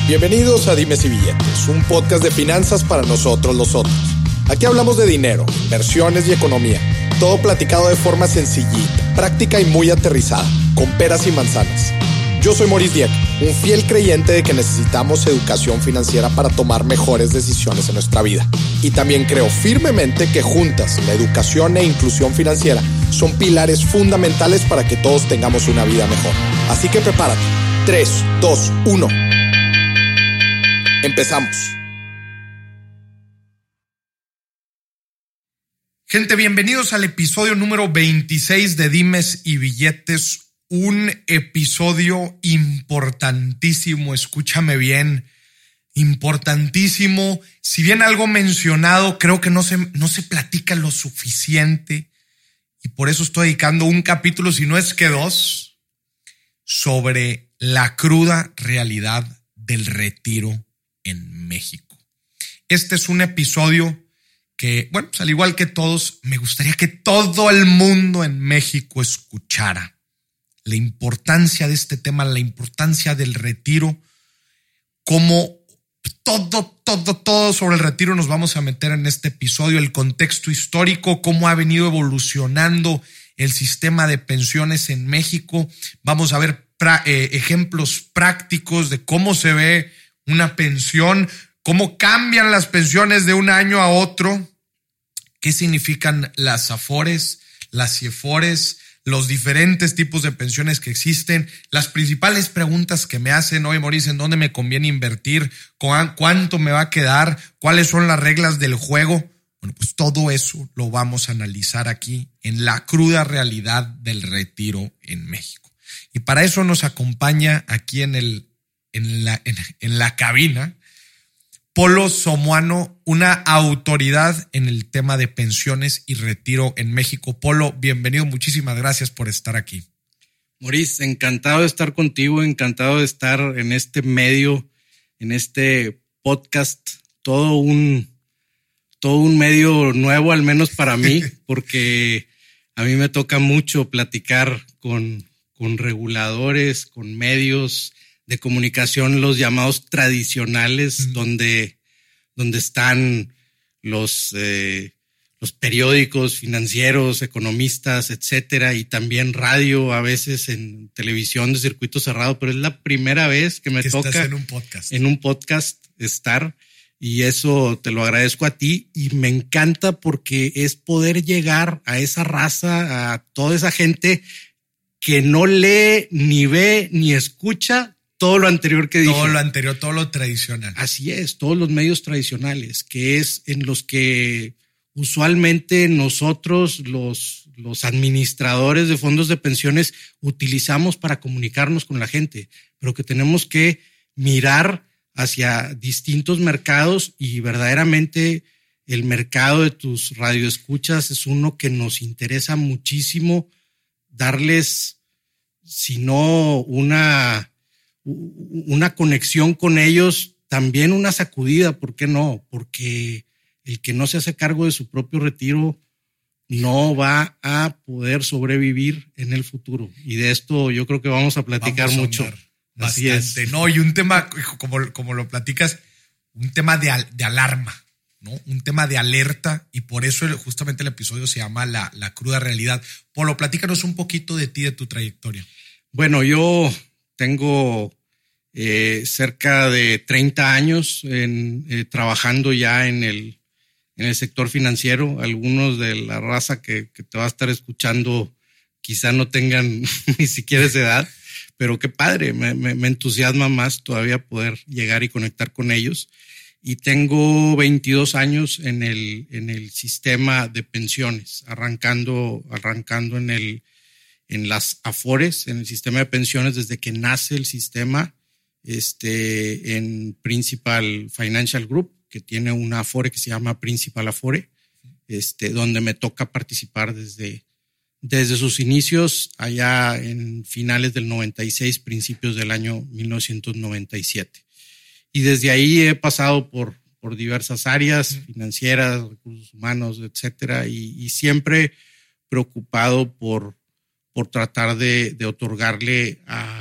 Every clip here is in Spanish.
Bienvenidos a Dimes y Billetes, un podcast de finanzas para nosotros los otros. Aquí hablamos de dinero, inversiones y economía. Todo platicado de forma sencillita, práctica y muy aterrizada, con peras y manzanas. Yo soy Maurice Dieck, un fiel creyente de que necesitamos educación financiera para tomar mejores decisiones en nuestra vida. Y también creo firmemente que juntas, la educación e inclusión financiera son pilares fundamentales para que todos tengamos una vida mejor. Así que prepárate. 3, 2, 1. Empezamos. Gente, bienvenidos al episodio número 26 de Dimes y Billetes. Un episodio importantísimo, escúchame bien, importantísimo. Si bien algo mencionado, creo que no se platica lo suficiente y por eso estoy dedicando un capítulo, si no es que dos, sobre la cruda realidad del retiro en México. Este es un episodio que, bueno, pues al igual que todos, me gustaría que todo el mundo en México escuchara la importancia de este tema, la importancia del retiro, como todo sobre el retiro nos vamos a meter en este episodio, el contexto histórico, cómo ha venido evolucionando el sistema de pensiones en México. Vamos a ver ejemplos prácticos de cómo se ve una pensión, cómo cambian las pensiones de un año a otro, qué significan las AFORES, las CIEFORES, los diferentes tipos de pensiones que existen, las principales preguntas que me hacen: oye, Maurice, ¿en dónde me conviene invertir? ¿Cuánto me va a quedar? ¿Cuáles son las reglas del juego? Bueno, pues todo eso lo vamos a analizar aquí en la cruda realidad del retiro en México. Y para eso nos acompaña aquí en la cabina Polo Somoano, una autoridad en el tema de pensiones y retiro en México. Polo, bienvenido, muchísimas gracias por estar aquí. Maurice, encantado de estar contigo, encantado de estar en este medio, en este podcast, todo un medio nuevo, al menos para mí, porque a mí me toca mucho platicar con reguladores, con medios de comunicación, los llamados tradicionales, donde están los periódicos financieros, economistas, etcétera, y también radio, a veces en televisión de circuito cerrado, pero es la primera vez que me toca estás en un podcast estar, y eso te lo agradezco a ti, y me encanta porque es poder llegar a esa raza, a toda esa gente que no lee, ni ve, ni escucha todo lo anterior que dije. Todo lo anterior, todo lo tradicional. Así es, todos los medios tradicionales, que es en los que usualmente nosotros, los administradores de fondos de pensiones, utilizamos para comunicarnos con la gente, pero que tenemos que mirar hacia distintos mercados, y verdaderamente el mercado de tus radioescuchas es uno que nos interesa muchísimo darles, si no una conexión con ellos, también una sacudida. ¿Por qué no? Porque el que no se hace cargo de su propio retiro no va a poder sobrevivir en el futuro. Y de esto yo creo que vamos a platicar mucho. Así es. No, y un tema, como lo platicas, un tema de alarma, ¿no? Un tema de alerta, y por eso justamente el episodio se llama la cruda realidad. Polo, platícanos un poquito de ti, de tu trayectoria. Bueno, yo tengo cerca de 30 años trabajando ya en el sector financiero. Algunos de la raza que te va a estar escuchando quizá no tengan ni siquiera esa edad, pero qué padre, me entusiasma más todavía poder llegar y conectar con ellos. Y tengo 22 años en el sistema de pensiones, arrancando en las AFORES, en el sistema de pensiones, desde que nace el sistema, en Principal Financial Group, que tiene una AFORE que se llama Principal AFORE, donde me toca participar desde sus inicios, allá en finales del 96, principios del año 1997. Y desde ahí he pasado por diversas áreas financieras, recursos humanos, etcétera, y siempre preocupado por tratar de otorgarle a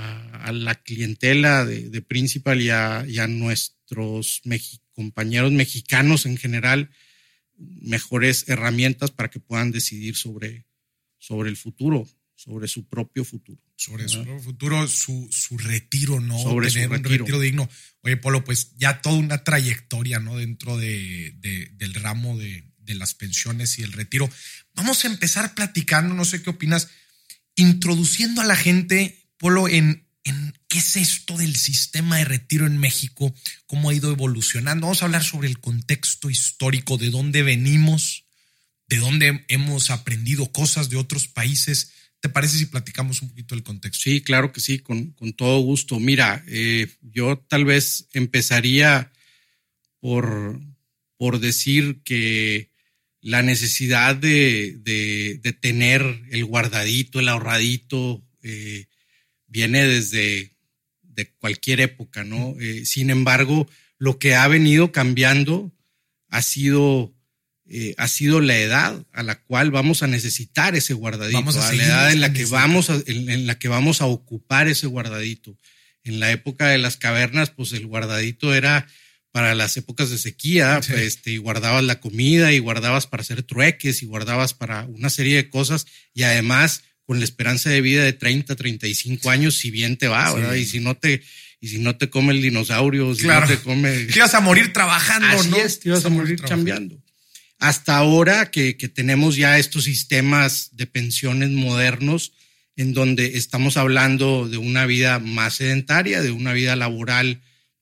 a la clientela de Principal y a nuestros compañeros mexicanos en general mejores herramientas para que puedan decidir sobre el futuro, sobre su propio futuro. Sobre su propio futuro, su retiro, ¿no? Sobre tener su un retiro digno. Oye, Polo, pues ya toda una trayectoria, ¿no? Dentro del ramo de las pensiones y el retiro. Vamos a empezar platicando, no sé qué opinas, introduciendo a la gente, Polo, en qué es esto del sistema de retiro en México, cómo ha ido evolucionando. Vamos a hablar sobre el contexto histórico, de dónde venimos, de dónde hemos aprendido cosas de otros países. ¿Te parece si platicamos un poquito del contexto? Sí, claro que sí, con todo gusto. Mira, yo tal vez empezaría por decir que la necesidad de tener el guardadito, el ahorradito, viene desde de cualquier época, ¿no? Sin embargo, lo que ha venido cambiando ha sido la edad a la cual vamos a necesitar ese guardadito, a la edad en la que vamos a ocupar ese guardadito. En la época de las cavernas, pues el guardadito era para las épocas de sequía, sí. Y guardabas la comida y guardabas para hacer trueques y guardabas para una serie de cosas, y además con la esperanza de vida de 30, 35 años, si bien te va, ¿verdad? Sí. Y si no te come el dinosaurio, si claro. no te come... Te ibas a morir trabajando, así ¿no? Te ibas a morir chambeando. Hasta ahora que tenemos ya estos sistemas de pensiones modernos en donde estamos hablando de una vida más sedentaria, de una vida laboral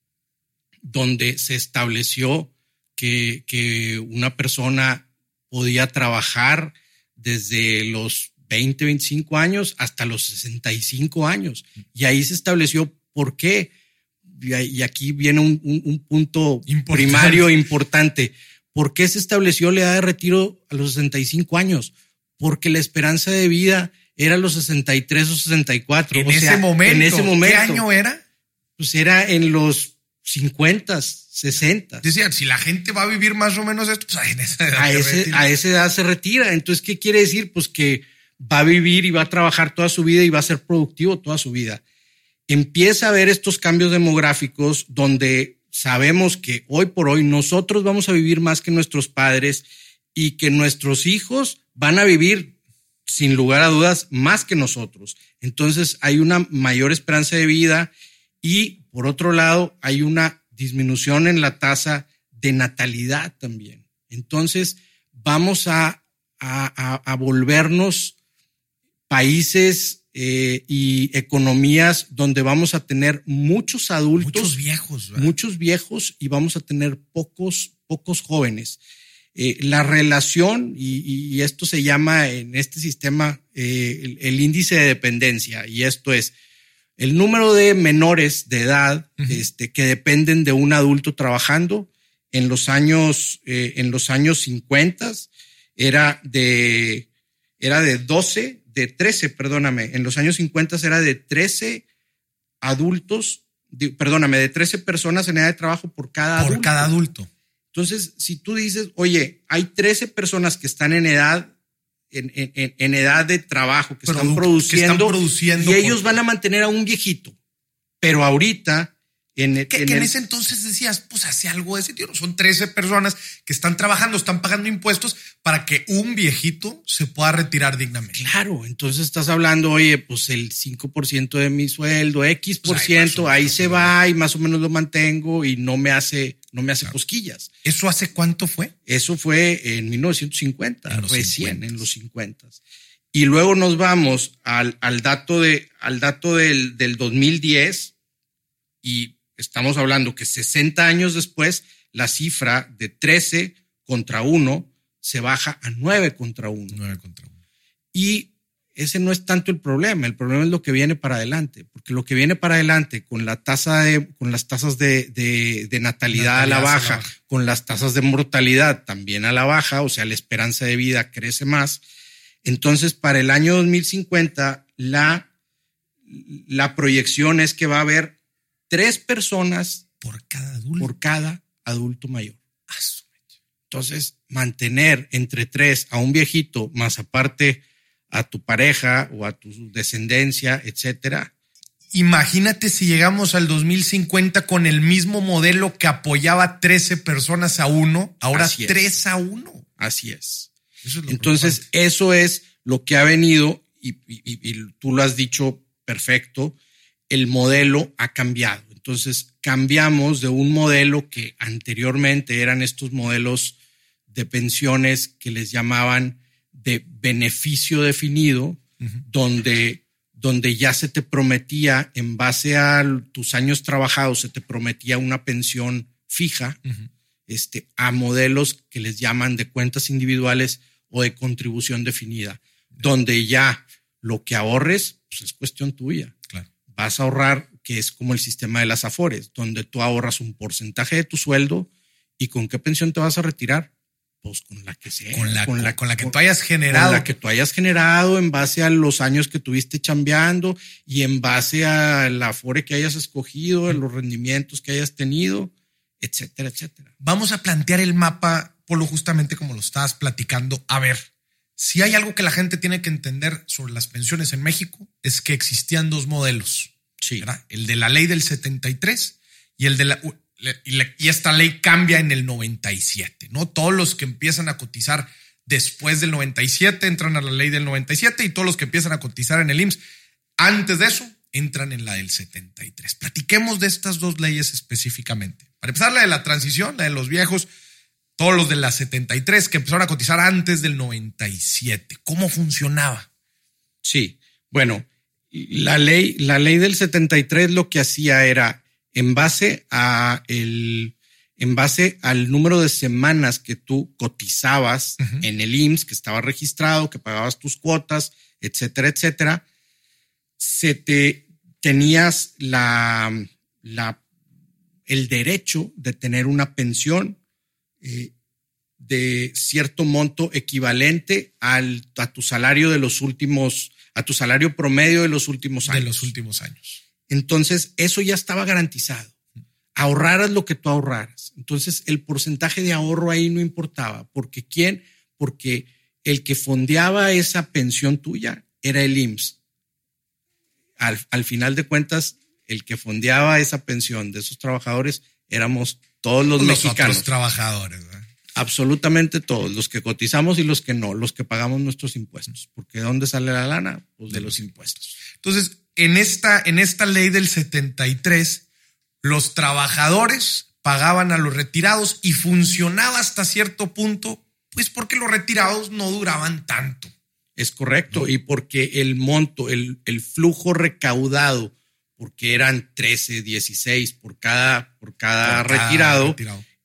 donde se estableció que una persona podía trabajar desde los 20, 25 años hasta los 65 años. Y ahí se estableció por qué. Y aquí viene un punto primario importante. ¿Por qué se estableció la edad de retiro a los 65 años? Porque la esperanza de vida era los 63 o 64. En ese momento. ¿Qué año era? Pues era en los 50, 60. Decía, si la gente va a vivir más o menos esto, pues en esa edad a esa edad se retira. Entonces, ¿qué quiere decir? Pues que va a vivir y va a trabajar toda su vida y va a ser productivo toda su vida. Empieza a haber estos cambios demográficos donde sabemos que hoy por hoy nosotros vamos a vivir más que nuestros padres y que nuestros hijos van a vivir, sin lugar a dudas, más que nosotros. Entonces hay una mayor esperanza de vida y, por otro lado, hay una disminución en la tasa de natalidad también. Entonces vamos a volvernos países y economías donde vamos a tener muchos adultos, muchos viejos y vamos a tener pocos jóvenes. La relación, y esto se llama en este sistema el índice de dependencia, y esto es el número de menores de edad que dependen de un adulto trabajando. En los años 50 era de 13, en los años 50 era de 13 adultos, de 13 personas en edad de trabajo por cada adulto. Entonces, si tú dices, oye, hay 13 personas que están en edad de trabajo, que están produciendo y ellos van a mantener a un viejito, pero ahorita en ese entonces decías, pues hace algo de ese tío. Son 13 personas que están trabajando, están pagando impuestos para que un viejito se pueda retirar dignamente. Claro, entonces estás hablando, oye, pues el 5% de mi sueldo, X%, ahí se va y más o menos lo mantengo y no me hace cosquillas. ¿Eso hace cuánto fue? Eso fue en 1950, en los 50. Y luego nos vamos al dato del 2010 y estamos hablando que 60 años después, la cifra de 13 contra 1 se baja a 9 contra 1. 9 contra 1. Y ese no es tanto el problema es lo que viene para adelante, porque lo que viene para adelante con las tasas de natalidad a la baja, con las tasas de mortalidad también a la baja, o sea, la esperanza de vida crece más. Entonces, para el año 2050, la proyección es que va a haber 3 personas por cada adulto mayor. Entonces, mantener entre 3 a un viejito, más aparte a tu pareja o a tu descendencia, etcétera. Imagínate si llegamos al 2050 con el mismo modelo que apoyaba 13 personas a 1, ahora 3 a 1. Así es. Entonces, eso es lo que ha venido, y tú lo has dicho perfecto, el modelo ha cambiado. Entonces, cambiamos de un modelo que anteriormente eran estos modelos de pensiones que les llamaban de beneficio definido, donde ya se te prometía, en base a tus años trabajados, se te prometía una pensión fija, a modelos que les llaman de cuentas individuales o de contribución definida, donde ya lo que ahorres pues es cuestión tuya. Claro. Vas a ahorrar, que es como el sistema de las Afores, donde tú ahorras un porcentaje de tu sueldo. ¿Y con qué pensión te vas a retirar? Pues con la que sea. Con la que tú hayas generado. Con la que tú hayas generado en base a los años que tuviste chambeando y en base a la Afore que hayas escogido, a los rendimientos que hayas tenido, etcétera, etcétera. Vamos a plantear el mapa, Polo, justamente como lo estabas platicando. A ver, si hay algo que la gente tiene que entender sobre las pensiones en México, es que existían dos modelos. Sí. ¿Verdad? El de la ley del 73 y el de y esta ley cambia en el 97, ¿no? Todos los que empiezan a cotizar después del 97 entran a la ley del 97 y todos los que empiezan a cotizar en el IMSS antes de eso entran en la del 73. Platiquemos de estas dos leyes específicamente. Para empezar, la de la transición, la de los viejos, todos los de la 73 que empezaron a cotizar antes del 97. ¿Cómo funcionaba? Sí, bueno, la ley del 73 lo que hacía era, en base al número de semanas que tú cotizabas en el IMSS, que estaba registrado, que pagabas tus cuotas, etcétera, etcétera, tenías el derecho de tener una pensión de cierto monto equivalente a tu salario a tu salario promedio de los últimos años. De los últimos años. Entonces, eso ya estaba garantizado. Ahorraras lo que tú ahorraras. Entonces, el porcentaje de ahorro ahí no importaba. ¿Porque quién? Porque el que fondeaba esa pensión tuya era el IMSS. Al final de cuentas, el que fondeaba esa pensión de esos trabajadores éramos todos los mexicanos. Otros trabajadores, ¿verdad? Absolutamente todos, los que cotizamos y los que no, los que pagamos nuestros impuestos. Porque ¿de dónde sale la lana? Pues de los impuestos. Entonces, en esta ley del 73, los trabajadores pagaban a los retirados y funcionaba hasta cierto punto, pues porque los retirados no duraban tanto. Es correcto, y porque el monto, el flujo recaudado, porque eran 13, 16 por cada retirado,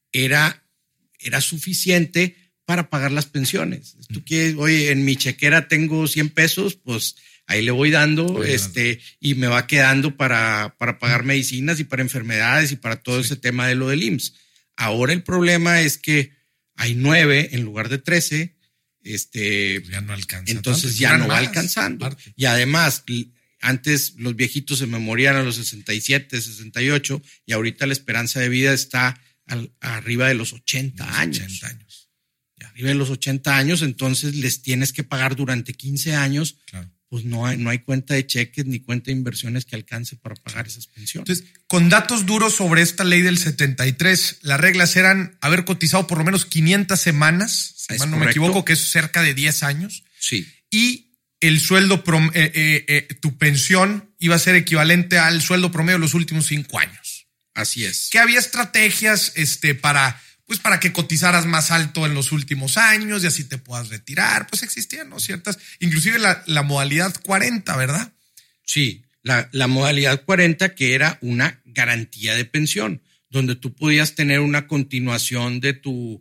era suficiente para pagar las pensiones. Tú quieres, oye, en mi chequera tengo 100 pesos, pues ahí le voy dando, y me va quedando para pagar medicinas y para enfermedades y para todo ese tema de lo del IMSS. Ahora el problema es que hay 9 en lugar de 13, pues ya no alcanza. Entonces tanto, ya no va alcanzando. Y además, antes los viejitos se me morían a los 67, 68, y ahorita la esperanza de vida está arriba de los 80 años. 80 años. Arriba de los 80 años, entonces les tienes que pagar durante 15 años. Claro. Pues no hay cuenta de cheques ni cuenta de inversiones que alcance para pagar esas pensiones. Entonces, con datos duros sobre esta ley del 73, las reglas eran haber cotizado por lo menos 500 semanas, si mal no me equivoco, que es cerca de 10 años. Sí. Y el sueldo, tu pensión iba a ser equivalente al sueldo promedio de los últimos 5 años. Así es. Que había estrategias para que cotizaras más alto en los últimos años y así te puedas retirar. Pues existían, ¿no? Ciertas, inclusive la modalidad 40, ¿verdad? Sí, la modalidad 40, que era una garantía de pensión, donde tú podías tener una continuación de tu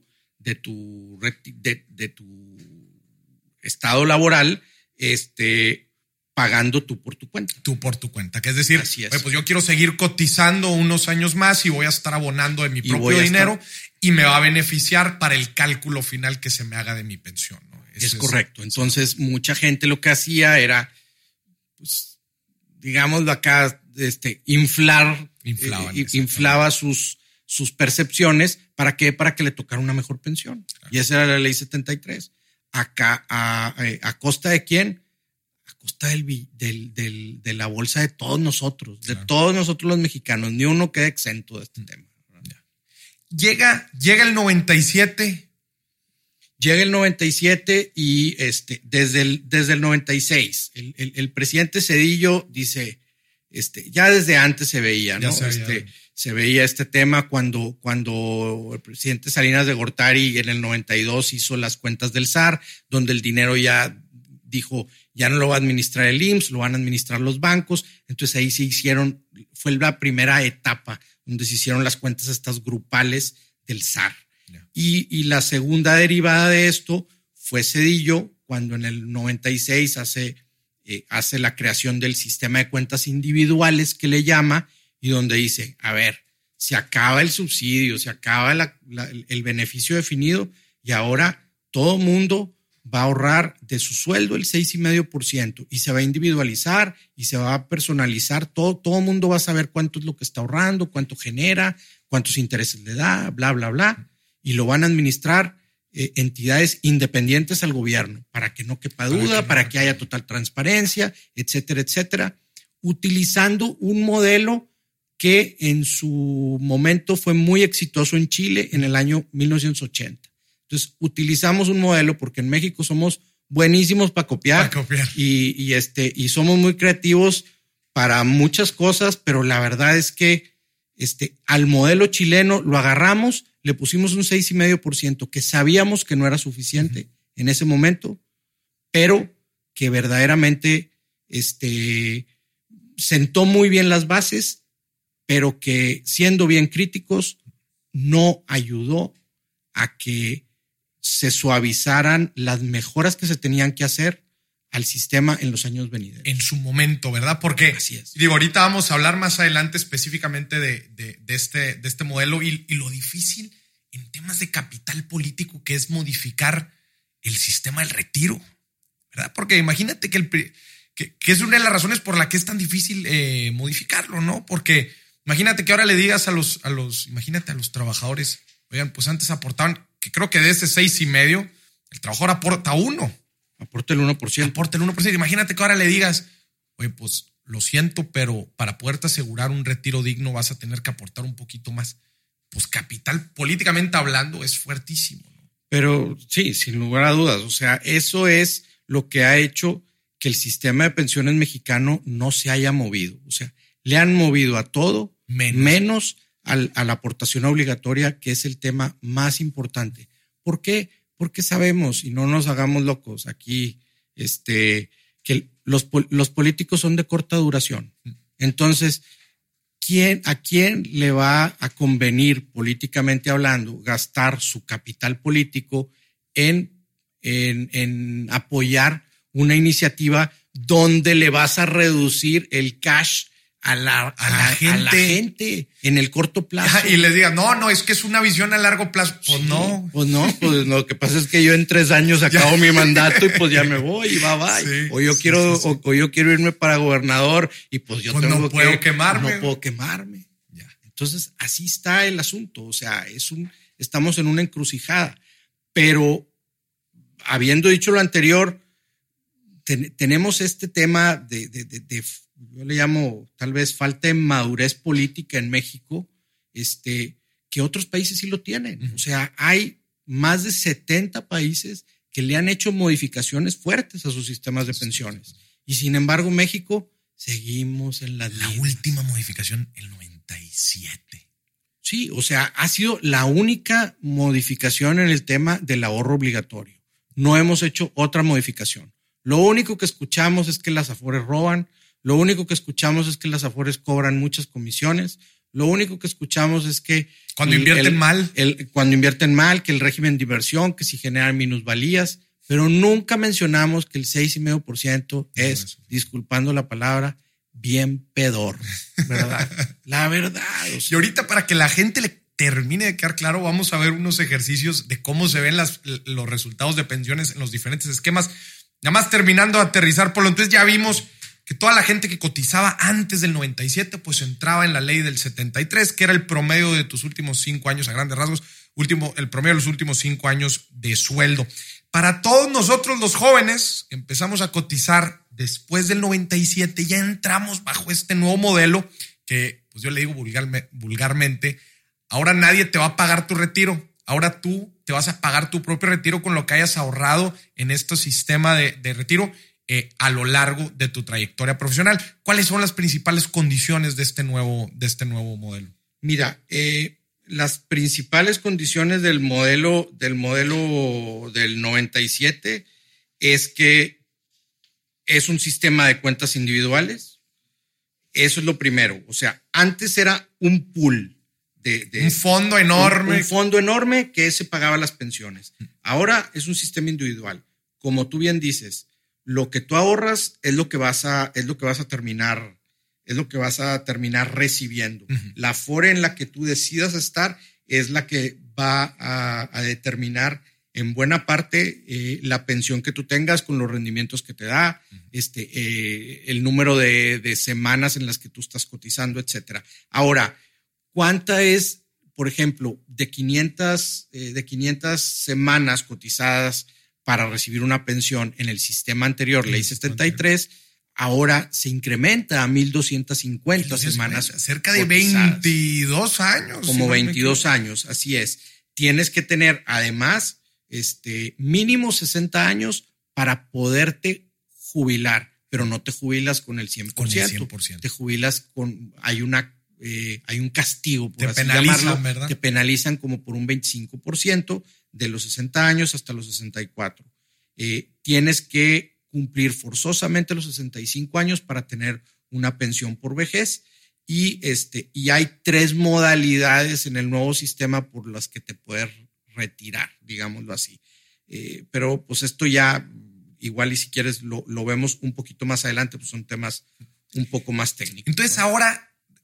estado laboral, pagando tú por tu cuenta. Tú por tu cuenta, que es decir, pues yo quiero seguir cotizando unos años más y voy a estar abonando de mi propio dinero y me va a beneficiar para el cálculo final que se me haga de mi pensión, ¿no? Es correcto. Entonces, mucha gente lo que hacía era, pues, digámoslo acá, inflaba sus percepciones. ¿Para qué? Para que le tocara una mejor pensión. Claro. Y esa era la ley 73. Acá, ¿a costa de quién? A costa de la bolsa de todos nosotros, de todos nosotros los mexicanos. Ni uno queda exento de este tema. Llega el 97. Llega el 97 y desde el 96, el presidente Zedillo dice, ya desde antes se veía, ¿no? Se veía este tema cuando el presidente Salinas de Gortari en el 92 hizo las cuentas del SAR, donde el dinero ya dijo, ya no lo va a administrar el IMSS, lo van a administrar los bancos. Entonces ahí fue la primera etapa donde se hicieron las cuentas estas grupales del SAR. Yeah. Y la segunda derivada de esto fue Zedillo, cuando en el 96 hace la creación del sistema de cuentas individuales que le llama, y donde dice, a ver, se acaba el subsidio, se acaba el beneficio definido y ahora todo mundo va a ahorrar de su sueldo el 6.5% y se va a individualizar y se va a personalizar. Todo mundo va a saber cuánto es lo que está ahorrando, cuánto genera, cuántos intereses le da, bla, bla, bla. Y lo van a administrar entidades independientes al gobierno para que no quepa duda, para que haya total transparencia, etcétera, etcétera, utilizando un modelo que en su momento fue muy exitoso en Chile en el año 1980. Entonces, utilizamos un modelo porque en México somos buenísimos para copiar. Y somos muy creativos para muchas cosas, pero la verdad es que al modelo chileno lo agarramos, le pusimos un 6.5%, que sabíamos que no era suficiente en ese momento, pero que verdaderamente sentó muy bien las bases, pero que siendo bien críticos no ayudó a que se suavizaran las mejoras que se tenían que hacer al sistema en los años venideros. En su momento, ¿verdad? Porque, así es. Digo, ahorita vamos a hablar más adelante específicamente de este modelo y lo difícil en temas de capital político que es modificar el sistema del retiro, ¿verdad? Porque imagínate que es una de las razones por la que es tan difícil modificarlo, ¿no? Porque imagínate que ahora le digas a los trabajadores, oigan, pues antes aportaban, que creo que de ese 6.5, el trabajador aporta 1. Aporta el 1%. Aporta el 1%. Imagínate que ahora le digas, oye, pues lo siento, pero para poderte asegurar un retiro digno vas a tener que aportar un poquito más. Pues capital, políticamente hablando, es fuertísimo, ¿no? Pero sí, sin lugar a dudas. O sea, eso es lo que ha hecho que el sistema de pensiones mexicano no se haya movido. O sea, le han movido a todo menos a la aportación obligatoria, que es el tema más importante. ¿Por qué? Porque sabemos, y no nos hagamos locos aquí, que los políticos son de corta duración. Entonces, ¿a quién le va a convenir, políticamente hablando, gastar su capital político en apoyar una iniciativa donde le vas a reducir el cash a la gente en el corto plazo? Y les digan, no, es que es una visión a largo plazo. Pues sí, no. Pues lo que pasa es que yo en 3 años acabo mi mandato y pues ya me voy y bye. Sí, o yo quiero irme para gobernador y pues yo no puedo quemarme. No puedo quemarme. Ya. Entonces, así está el asunto. O sea, estamos en una encrucijada. Pero, habiendo dicho lo anterior, tenemos este tema de yo le llamo tal vez falta de madurez política en México, que otros países sí lo tienen. O sea, hay más de 70 países que le han hecho modificaciones fuertes a sus sistemas de pensiones. Y sin embargo, México seguimos en la última modificación, el 97. Sí, o sea, ha sido la única modificación en el tema del ahorro obligatorio. No hemos hecho otra modificación. Lo único que escuchamos es que las Afores roban. Lo único que escuchamos es que las Afores cobran muchas comisiones. Lo único que escuchamos es que cuando invierten mal, que el régimen de inversión, que si generan minusvalías, pero nunca mencionamos que el 6.5% es, disculpando la palabra, bien pedor, ¿verdad? La verdad. O sea. Y ahorita, para que la gente le termine de quedar claro, vamos a ver unos ejercicios de cómo se ven los resultados de pensiones en los diferentes esquemas. Nada más terminando de aterrizar, Polo. Entonces ya vimos que toda la gente que cotizaba antes del 97, pues entraba en la ley del 73, que era el promedio de tus últimos 5 años, a grandes rasgos, el promedio de los últimos 5 años de sueldo. Para todos nosotros los jóvenes, empezamos a cotizar después del 97, ya entramos bajo este nuevo modelo que, pues yo le digo vulgarmente, ahora nadie te va a pagar tu retiro. Ahora tú te vas a pagar tu propio retiro con lo que hayas ahorrado en este sistema de retiro a lo largo de tu trayectoria profesional. ¿Cuáles son las principales condiciones de este nuevo modelo? Mira, las principales condiciones del modelo del 97 es que es un sistema de cuentas individuales. Eso es lo primero. O sea, antes era un pool. Un fondo enorme. Un fondo enorme que se pagaba las pensiones. Ahora es un sistema individual. Como tú bien dices, lo que tú ahorras es lo que vas a terminar recibiendo. Uh-huh. La Afore en la que tú decidas estar es la que va a determinar en buena parte la pensión que tú tengas con los rendimientos que te da, el número de semanas en las que tú estás cotizando, etcétera. Ahora, ¿cuánta es, por ejemplo, de 500 semanas cotizadas para recibir una pensión en el sistema anterior, Ley 73, ahora se incrementa a 1,250 semanas. Cerca de cotizadas. 22 años. Como 22 años, así es. Tienes que tener, además, mínimo 60 años para poderte jubilar, pero no te jubilas con el 100%. Con el 100%. Te jubilas hay un castigo, por así llamarlo, ¿verdad? Te penalizan como por un 25% de los 60 años hasta los 64. Tienes que cumplir forzosamente los 65 años para tener una pensión por vejez y hay 3 modalidades en el nuevo sistema por las que te puedes retirar, digámoslo así. Pero pues esto ya igual y si quieres lo vemos un poquito más adelante, pues son temas un poco más técnicos. Entonces, ¿no? Ahora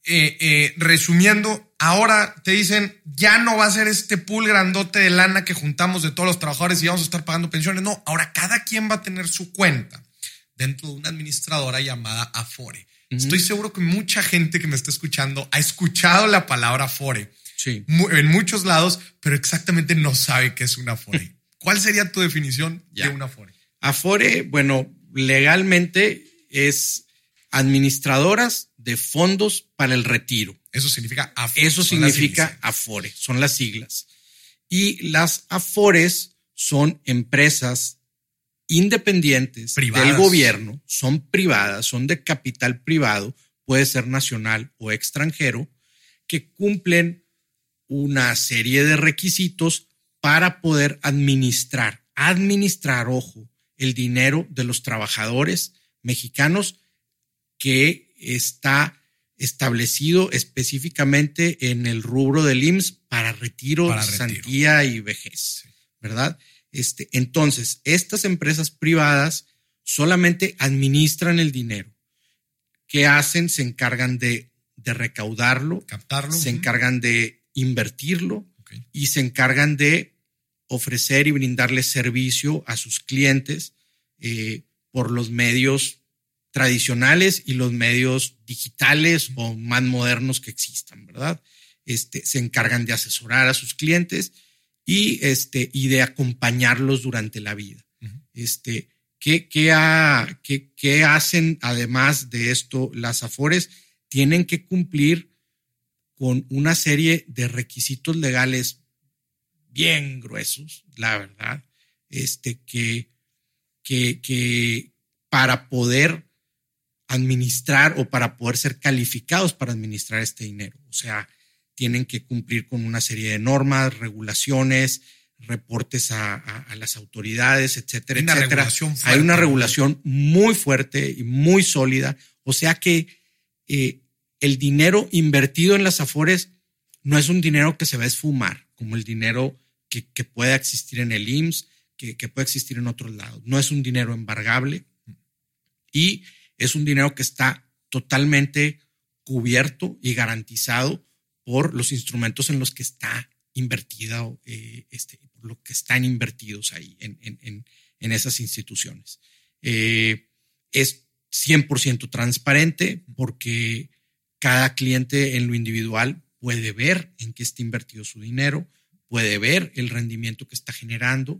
resumiendo, ahora te dicen ya no va a ser este pool grandote de lana que juntamos de todos los trabajadores y vamos a estar pagando pensiones. No, ahora cada quien va a tener su cuenta dentro de una administradora llamada Afore. Uh-huh. Estoy seguro que mucha gente que me está escuchando ha escuchado la palabra Afore, sí, en muchos lados, pero exactamente no sabe qué es una Afore. ¿Cuál sería tu definición de una Afore? Afore, bueno, legalmente es administradoras de fondos para el retiro. Eso significa Afore. Eso significa Afore, son las siglas. Y las Afores son empresas independientes privadas del gobierno, son privadas, son de capital privado, puede ser nacional o extranjero, que cumplen una serie de requisitos para poder administrar, ojo, el dinero de los trabajadores mexicanos que está establecido específicamente en el rubro del IMSS para retiro, cesantía y vejez, ¿verdad? Entonces, estas empresas privadas solamente administran el dinero. ¿Qué hacen? Se encargan de recaudarlo, captarlo, se encargan de invertirlo, okay, y se encargan de ofrecer y brindarle servicio a sus clientes por los medios tradicionales y los medios digitales o más modernos que existan, ¿verdad? Se encargan de asesorar a sus clientes y de acompañarlos durante la vida. Uh-huh. ¿Qué hacen además de esto las Afores? Tienen que cumplir con una serie de requisitos legales bien gruesos, la verdad, que para poder administrar o para poder ser calificados para administrar este dinero. O sea, tienen que cumplir con una serie de normas, regulaciones, reportes a las autoridades, etcétera, etcétera. Hay una regulación muy fuerte y muy sólida. O sea que el dinero invertido en las Afores no es un dinero que se va a esfumar, como el dinero que pueda existir en el IMSS, que puede existir en otros lados. No es un dinero embargable y es un dinero que está totalmente cubierto y garantizado por los instrumentos en los que está invertido, por lo que están invertidos ahí en esas instituciones. Es 100% transparente porque cada cliente en lo individual puede ver en qué está invertido su dinero, puede ver el rendimiento que está generando,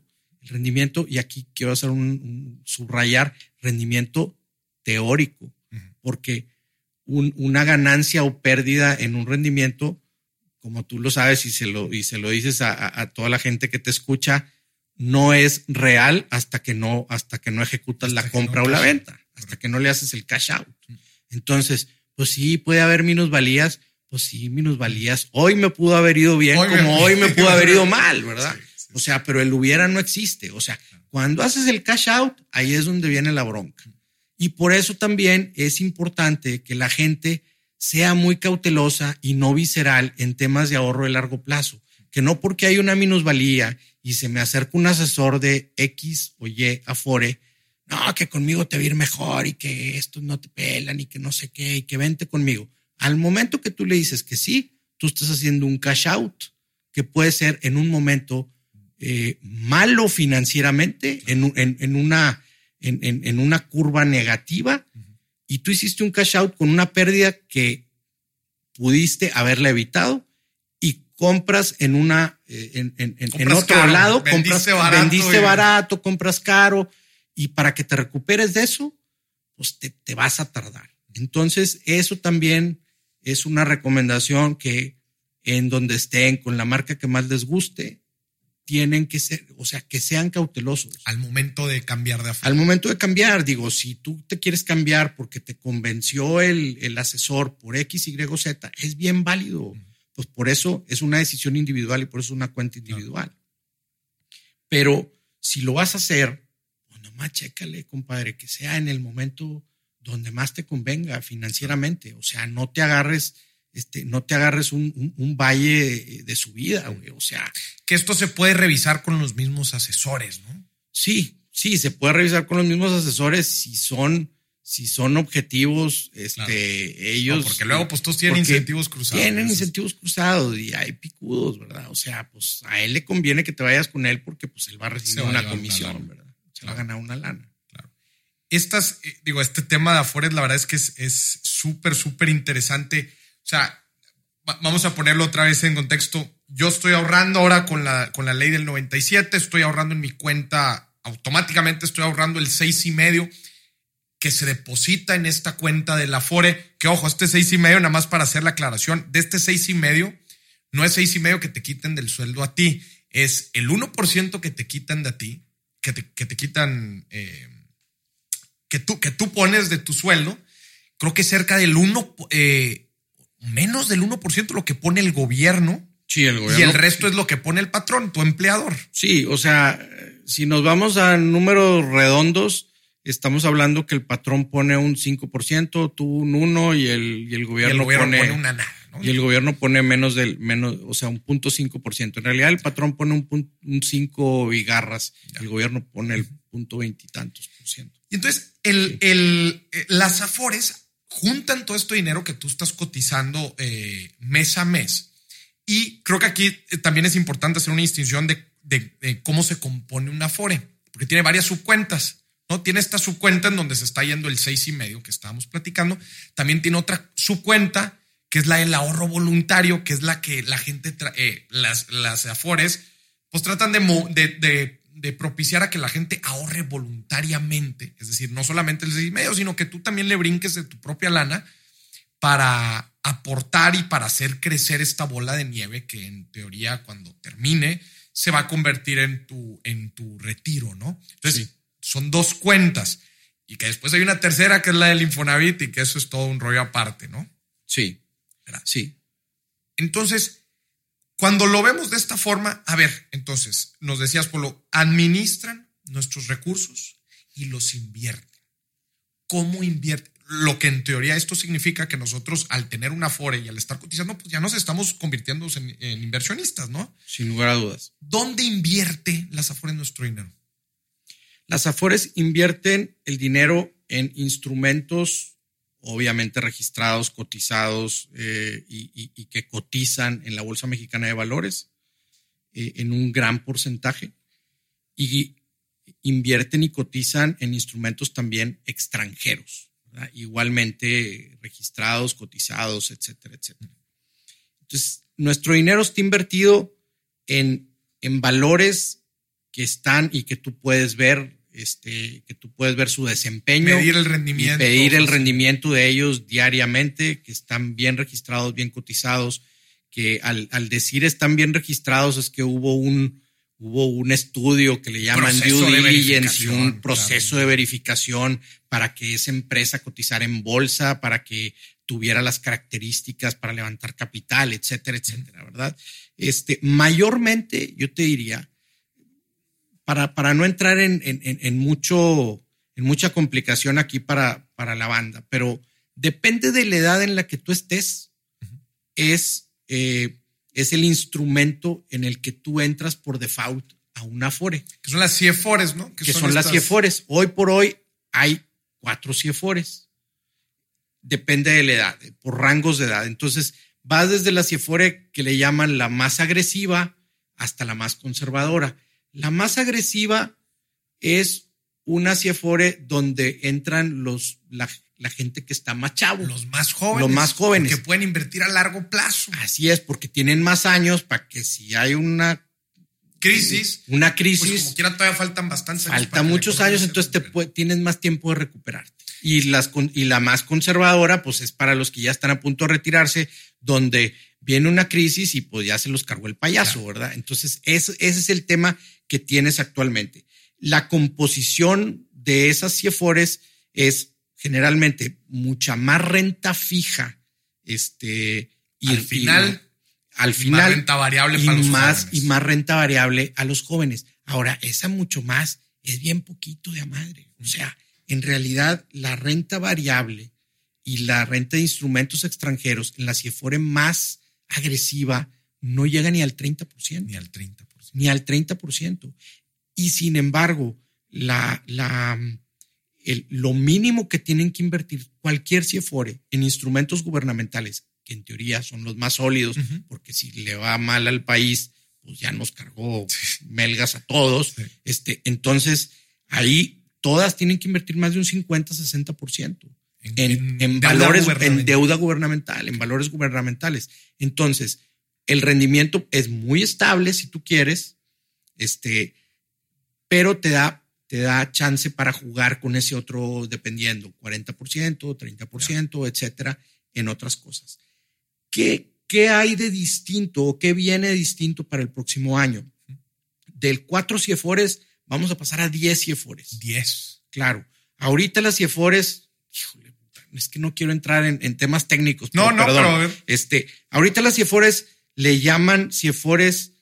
El rendimiento, y aquí quiero hacer un subrayar, rendimiento teórico, porque una ganancia o pérdida en un rendimiento, como tú lo sabes y se lo dices a toda la gente que te escucha, no es real hasta que no ejecutas la compra o la venta, hasta que no le haces el cash out. Entonces, pues sí, puede haber minusvalías, pues sí, minusvalías. Hoy me pudo haber ido bien, hoy me pudo haber ido mal, ¿verdad? Sí. O sea, pero el hubiera no existe. O sea, cuando haces el cash out, ahí es donde viene la bronca. Y por eso también es importante que la gente sea muy cautelosa y no visceral en temas de ahorro de largo plazo. Que no porque hay una minusvalía y se me acerca un asesor de X o Y Afore, no, que conmigo te va a ir mejor y que estos no te pelan y que no sé qué y que vente conmigo. Al momento que tú le dices que sí, tú estás haciendo un cash out que puede ser en un momento malo financieramente, en una curva negativa, y tú hiciste un cash out con una pérdida que pudiste haberla evitado y compras en otro caro, lado, vendiste barato, compras caro, y para que te recuperes de eso, pues te vas a tardar. Entonces, eso también es una recomendación que en donde estén, con la marca que más les guste, tienen que ser, o sea, que sean cautelosos. Al momento de cambiar de Afore. Al momento de cambiar, digo, si tú te quieres cambiar porque te convenció el asesor por X, Y, Z, es bien válido. Pues por eso es una decisión individual y por eso es una cuenta individual. Pero si lo vas a hacer, pues nomás chécale, compadre, que sea en el momento donde más te convenga financieramente. O sea, no te agarres un valle de subida, güey. O sea, que esto se puede revisar con los mismos asesores, ¿no? Sí, se puede revisar con los mismos asesores si son objetivos, claro. Ellos. No, porque luego, pues todos tienen incentivos cruzados. Tienen incentivos cruzados y hay picudos, ¿verdad? O sea, pues a él le conviene que te vayas con él porque pues él va a recibir una comisión, ¿verdad? Se va a ganar una lana. Claro. Este tema de Afores, la verdad es que es súper, súper interesante. O sea, vamos a ponerlo otra vez en contexto. Yo estoy ahorrando ahora con la ley del 97, estoy ahorrando en mi cuenta, automáticamente estoy ahorrando el 6.5 que se deposita en esta cuenta del Afore, que ojo, este 6.5, nada más para hacer la aclaración, de este 6.5, no es 6.5 que te quiten del sueldo a ti, es el 1% que te quitan de a ti, que te quitan, que tú pones de tu sueldo. Creo que cerca del menos del 1% lo que pone el gobierno. Sí, el gobierno. Y el resto es lo que pone el patrón, tu empleador. Sí, o sea, si nos vamos a números redondos, estamos hablando que el patrón pone un 5%, tú un 1% y el gobierno pone una nada, ¿no? Y el gobierno pone menos, o sea, un 0.5%. En realidad el patrón pone un 5 y garras. Ya. El gobierno pone el 0.20 y tantos %. Y entonces las Afores juntan todo este dinero que tú estás cotizando mes a mes. Y creo que aquí también es importante hacer una distinción de cómo se compone una Afore, porque tiene varias subcuentas, ¿no? Tiene esta subcuenta en donde se está yendo el 6.5 que estábamos platicando. También tiene otra subcuenta que es la del ahorro voluntario, que es la que la gente, las Afores, pues tratan de propiciar a que la gente ahorre voluntariamente. Es decir, no solamente el 6.5, sino que tú también le brinques de tu propia lana para aportar y para hacer crecer esta bola de nieve que en teoría cuando termine se va a convertir en tu retiro, ¿no? Entonces, sí. Son dos cuentas y que después hay una tercera que es la del Infonavit y que eso es todo un rollo aparte, ¿no? Sí, sí. Entonces, cuando lo vemos de esta forma, a ver, entonces, nos decías, Polo, administran nuestros recursos y los invierten. ¿Cómo invierten? Lo que en teoría esto significa que nosotros al tener una Afore y al estar cotizando, pues ya nos estamos convirtiendo en inversionistas, ¿no? Sin lugar a dudas. ¿Dónde invierte las Afores nuestro dinero? Las Afores invierten el dinero en instrumentos obviamente registrados, cotizados y que cotizan en la Bolsa Mexicana de Valores en un gran porcentaje, y invierten y cotizan en instrumentos también extranjeros, ¿verdad? Igualmente registrados, cotizados, etcétera, etcétera. Entonces, nuestro dinero está invertido en valores que están y que tú puedes ver, su desempeño. Medir el rendimiento. Y pedir el rendimiento de ellos diariamente, que están bien registrados, bien cotizados, que al decir están bien registrados es que hubo un estudio que le llaman due diligence y un proceso de verificación para que esa empresa cotizara en bolsa, para que tuviera las características para levantar capital, etcétera, etcétera, ¿verdad? Mayormente, yo te diría, para no entrar en mucha complicación aquí para la banda, pero depende de la edad en la que tú estés, es el instrumento en el que tú entras por default a una Afore. Que son las CIEFORES, ¿no? Que son las CIEFORES. Hoy por hoy hay 4 CIEFORES. Depende de la edad, por rangos de edad. Entonces, vas desde la CIEFORE que le llaman la más agresiva hasta la más conservadora. La más agresiva es una CIEFORE donde entran la gente que está más chavo. Los más jóvenes. Los más jóvenes. Que pueden invertir a largo plazo. Así es, porque tienen más años para que si hay una crisis, pues como quiera todavía faltan bastantes años. Faltan muchos años, entonces tienes más tiempo de recuperarte. Y la más conservadora, pues es para los que ya están a punto de retirarse, donde viene una crisis y pues ya se los cargó el payaso, claro. ¿Verdad? Entonces, ese es el tema que tienes actualmente. La composición de esas CIEFORES es generalmente mucha más renta fija, al final más renta variable para los jóvenes. Y más renta variable a los jóvenes. Ahora, esa mucho más es bien poquito de a madre. O sea, en realidad la renta variable y la renta de instrumentos extranjeros en la CIEFORE más agresiva no llega ni al 30%. Ni al 30%. Y sin embargo, lo mínimo que tienen que invertir cualquier CIEFORE en instrumentos gubernamentales, que en teoría son los más sólidos, porque si le va mal al país, pues ya nos cargó melgas a todos. Sí. Entonces, ahí todas tienen que invertir más de un 50-60% en valores, en deuda gubernamental, en valores gubernamentales. Entonces, el rendimiento es muy estable si tú quieres, pero te da chance para jugar con ese otro dependiendo, 40%, 30%, etcétera, en otras cosas. ¿Qué hay de distinto o qué viene de distinto para el próximo año? Del 4 CIEFORES vamos a pasar a 10 CIEFORES. 10. Claro. Ahorita las CIEFORES, híjole, es que no quiero entrar en temas técnicos. Perdón. Pero ahorita las CIEFORES le llaman CIEFORES,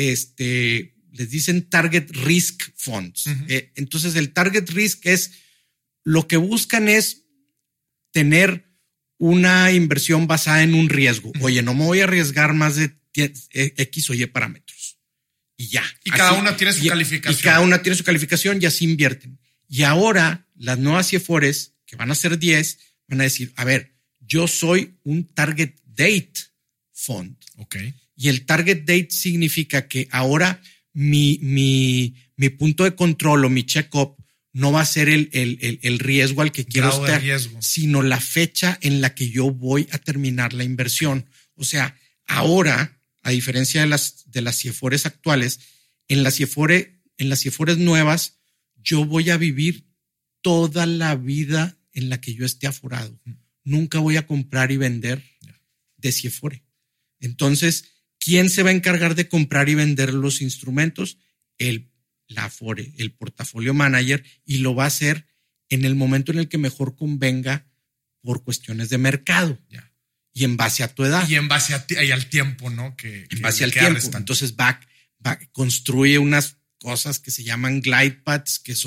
les dicen Target Risk Funds. Entonces, el Target Risk es lo que buscan es tener una inversión basada en un riesgo. Oye, no me voy a arriesgar más de X o Y parámetros. Y ya. Y cada una tiene su calificación. Y cada una tiene su calificación y así invierten. Y ahora las nuevas CIEFORES, que van a ser 10, van a decir, a ver, yo soy un Target Date Fund. Okay. Y el Target Date significa que ahora mi punto de control o mi check-up no va a ser el riesgo al que quiero estar, sino la fecha en la que yo voy a terminar la inversión. O sea, ahora, a diferencia de las CIEFORES actuales, en las CIEFORES nuevas, yo voy a vivir toda la vida en la que yo esté aforado. Nunca voy a comprar y vender de CIEFORE. Entonces, ¿quién se va a encargar de comprar y vender los instrumentos? La Afore, el portafolio manager, y lo va a hacer en el momento en el que mejor convenga por cuestiones de mercado. Y en base a tu edad. Y en base al tiempo, ¿no? En base al tiempo. Entonces construye unas cosas que se llaman glide paths, que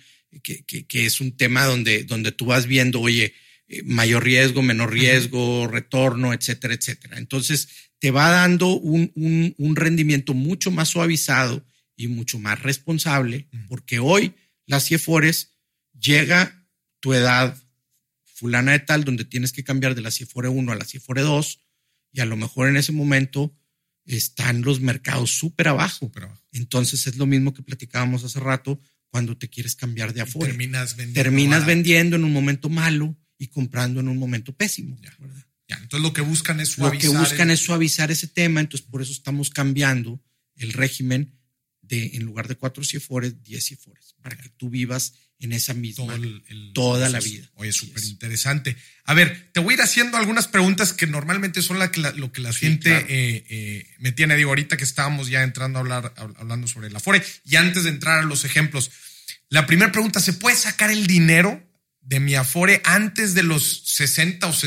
es un tema donde tú vas viendo, oye, mayor riesgo, menor riesgo, retorno, etcétera, etcétera. Entonces te va dando un rendimiento mucho más suavizado y mucho más responsable, porque hoy las CIEFORES llega tu edad fulana de tal donde tienes que cambiar de la CIEFORE 1 a la CIEFORE 2 y a lo mejor en ese momento están los mercados súper abajo. Entonces es lo mismo que platicábamos hace rato cuando te quieres cambiar de Afore. Terminas vendiendo en un momento malo y comprando en un momento pésimo. ¿Verdad? Entonces lo que buscan es suavizar ese tema, entonces por eso estamos cambiando el régimen en lugar de 4 CIFORES, 10 CIFORES, para que tú vivas en esa misma toda la vida. Oye, súper interesante. A ver, te voy a ir haciendo algunas preguntas que normalmente son lo que la gente claro. Me tiene. Digo, ahorita que estábamos ya entrando hablando sobre el Afore y antes de entrar a los ejemplos, la primera pregunta, ¿se puede sacar el dinero de mi Afore antes de los 60 o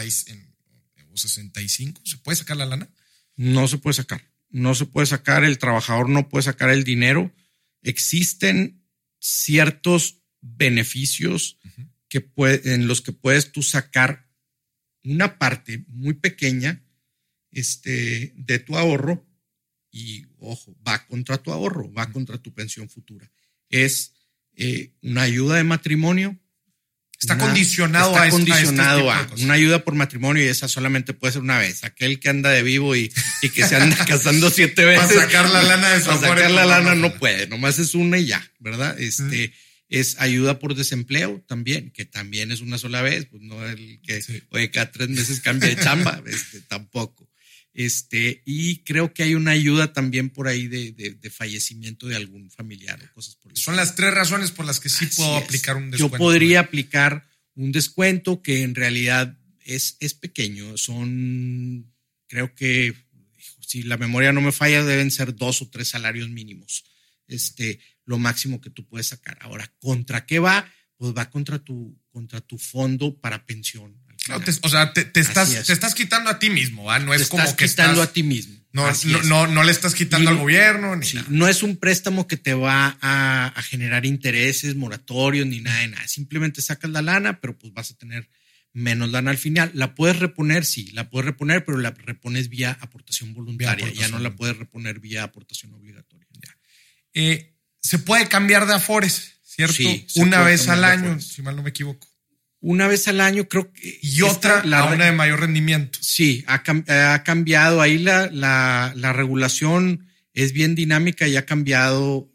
65? ¿Se puede sacar la lana? No se puede sacar. No se puede sacar. El trabajador no puede sacar el dinero. Existen ciertos beneficios en los que puedes tú sacar una parte muy pequeña de tu ahorro y, ojo, va contra tu ahorro, va contra tu pensión futura. Es una ayuda de matrimonio. Está condicionado a una ayuda por matrimonio y esa solamente puede ser una vez. Aquel que anda de vivo y que se anda casando 7 veces. Para sacar la lana de Para sacar la lana no puede, nomás es una y ya, ¿verdad? Es ayuda por desempleo también, que también es una sola vez, pues no el que, oye, cada 3 meses cambia de chamba, tampoco. Y creo que hay una ayuda también por ahí de fallecimiento de algún familiar o cosas por el Son las 3 razones por las que sí puedo aplicar un descuento. Yo podría aplicar un descuento que en realidad es pequeño. Creo que, si la memoria no me falla, deben ser 2 o 3 salarios mínimos. Lo máximo que tú puedes sacar. Ahora, ¿contra qué va? Pues va contra tu fondo para pensión. No, te estás quitando a ti mismo, ¿va? No es como que estás quitando a ti mismo. No le estás quitando al gobierno ni nada. No es un préstamo que te va a generar intereses, moratorios ni nada de nada. Simplemente sacas la lana, pero pues vas a tener menos lana al final. La puedes reponer, sí, pero la repones vía aportación voluntaria. Ya no la puedes reponer vía aportación obligatoria. Se puede cambiar de Afores, ¿cierto? Sí, una vez al año, si mal no me equivoco. Una vez al año, creo que. Y otra, una de mayor rendimiento. Sí, ha cambiado. Ahí la regulación es bien dinámica y ha cambiado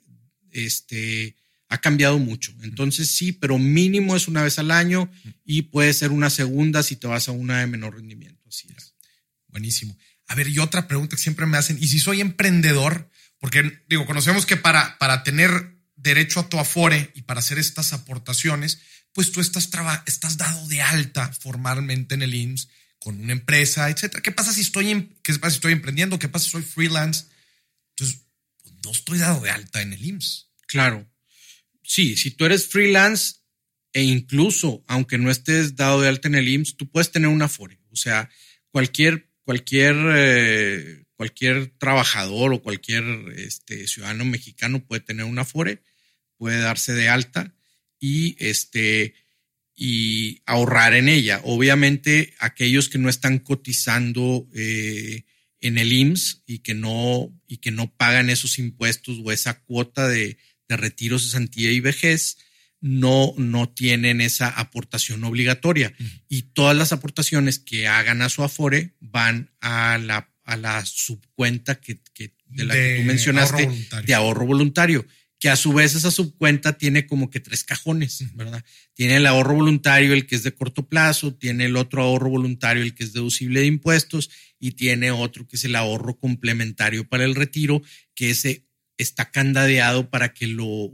mucho. Entonces sí, pero mínimo es una vez al año y puede ser una segunda si te vas a una de menor rendimiento. Así es. Buenísimo. A ver, y otra pregunta que siempre me hacen, ¿y si soy emprendedor? Porque digo, conocemos que para tener derecho a tu Afore y para hacer estas aportaciones, pues tú estás dado de alta formalmente en el IMSS con una empresa, etcétera. ¿Qué pasa si estoy emprendiendo? ¿Qué pasa si soy freelance? Entonces, pues no estoy dado de alta en el IMSS. Claro. Sí, si tú eres freelance e incluso aunque no estés dado de alta en el IMSS, tú puedes tener una Afore. O sea, cualquier trabajador o cualquier ciudadano mexicano puede tener una Afore, puede darse de alta y ahorrar en ella. Obviamente, aquellos que no están cotizando en el IMSS y que no pagan esos impuestos o esa cuota de retiro, cesantía y vejez, no tienen esa aportación obligatoria. Y todas las aportaciones que hagan a su Afore van a la subcuenta de la que tú mencionaste, de ahorro voluntario, que a su vez esa subcuenta tiene como que 3 cajones, ¿verdad? Tiene el ahorro voluntario, el que es de corto plazo, tiene el otro ahorro voluntario, el que es deducible de impuestos, y tiene otro que es el ahorro complementario para el retiro, que ese está candadeado para que lo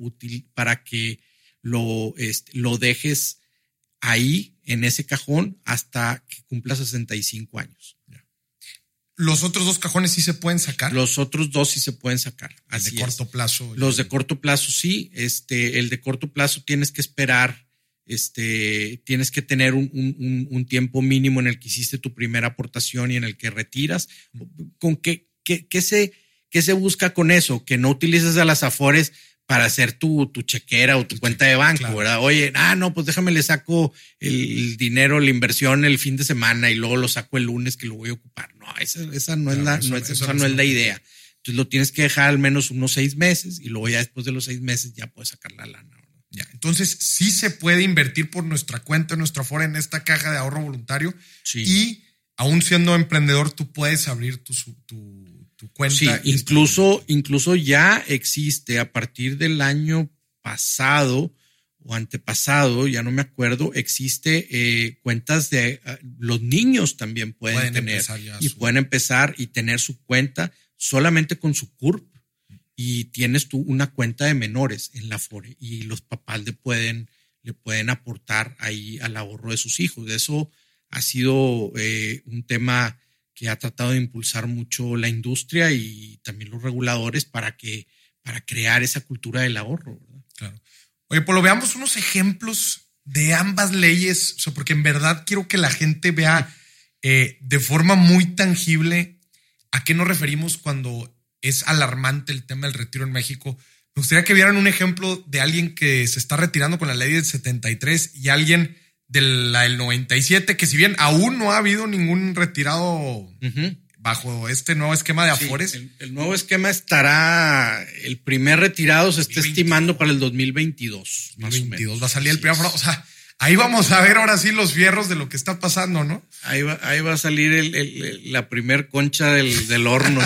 dejes ahí en ese cajón hasta que cumpla 65 años. ¿Los otros 2 cajones sí se pueden sacar? Los otros 2 sí se pueden sacar. Así de corto plazo. Los de corto plazo sí. El de corto plazo tienes que esperar, tienes que tener un tiempo mínimo en el que hiciste tu primera aportación y en el que retiras. ¿Con qué se busca con eso? Que no utilices a las Afores para hacer tu chequera o tu cuenta de banco, claro. ¿Verdad? Oye, no, pues déjame le saco el dinero, la inversión el fin de semana y luego lo saco el lunes que lo voy a ocupar. No, esa no es la idea. Entonces lo tienes que dejar al menos unos 6 meses y luego ya después de los 6 meses ya puedes sacar la lana, ¿verdad? Ya. Entonces sí se puede invertir por nuestra cuenta, nuestra Afore en esta caja de ahorro voluntario. Sí. Y aún siendo emprendedor, tú puedes abrir tu cuenta. Sí, incluso ya existe a partir del año pasado o antepasado, ya no me acuerdo, existe cuentas de los niños también pueden tener y pueden empezar y tener su cuenta solamente con su CURP. y tienes tú una cuenta de menores en la Afore y los papás le pueden aportar ahí al ahorro de sus hijos. Eso ha sido un tema que ha tratado de impulsar mucho la industria y también los reguladores para crear esa cultura del ahorro, ¿verdad? Claro. Oye, pues lo veamos unos ejemplos de ambas leyes, o sea, porque en verdad quiero que la gente vea de forma muy tangible a qué nos referimos cuando es alarmante el tema del retiro en México. Me gustaría que vieran un ejemplo de alguien que se está retirando con la ley del 73 y alguien de la del 97, que si bien aún no ha habido ningún retirado bajo este nuevo esquema de Afores. Sí, el nuevo esquema el primer retirado se está estimando para el 2022. 2022 va a salir el primer. O sea, ahí vamos a ver ahora sí los fierros de lo que está pasando, ¿no? Ahí va a salir la primer concha del horno.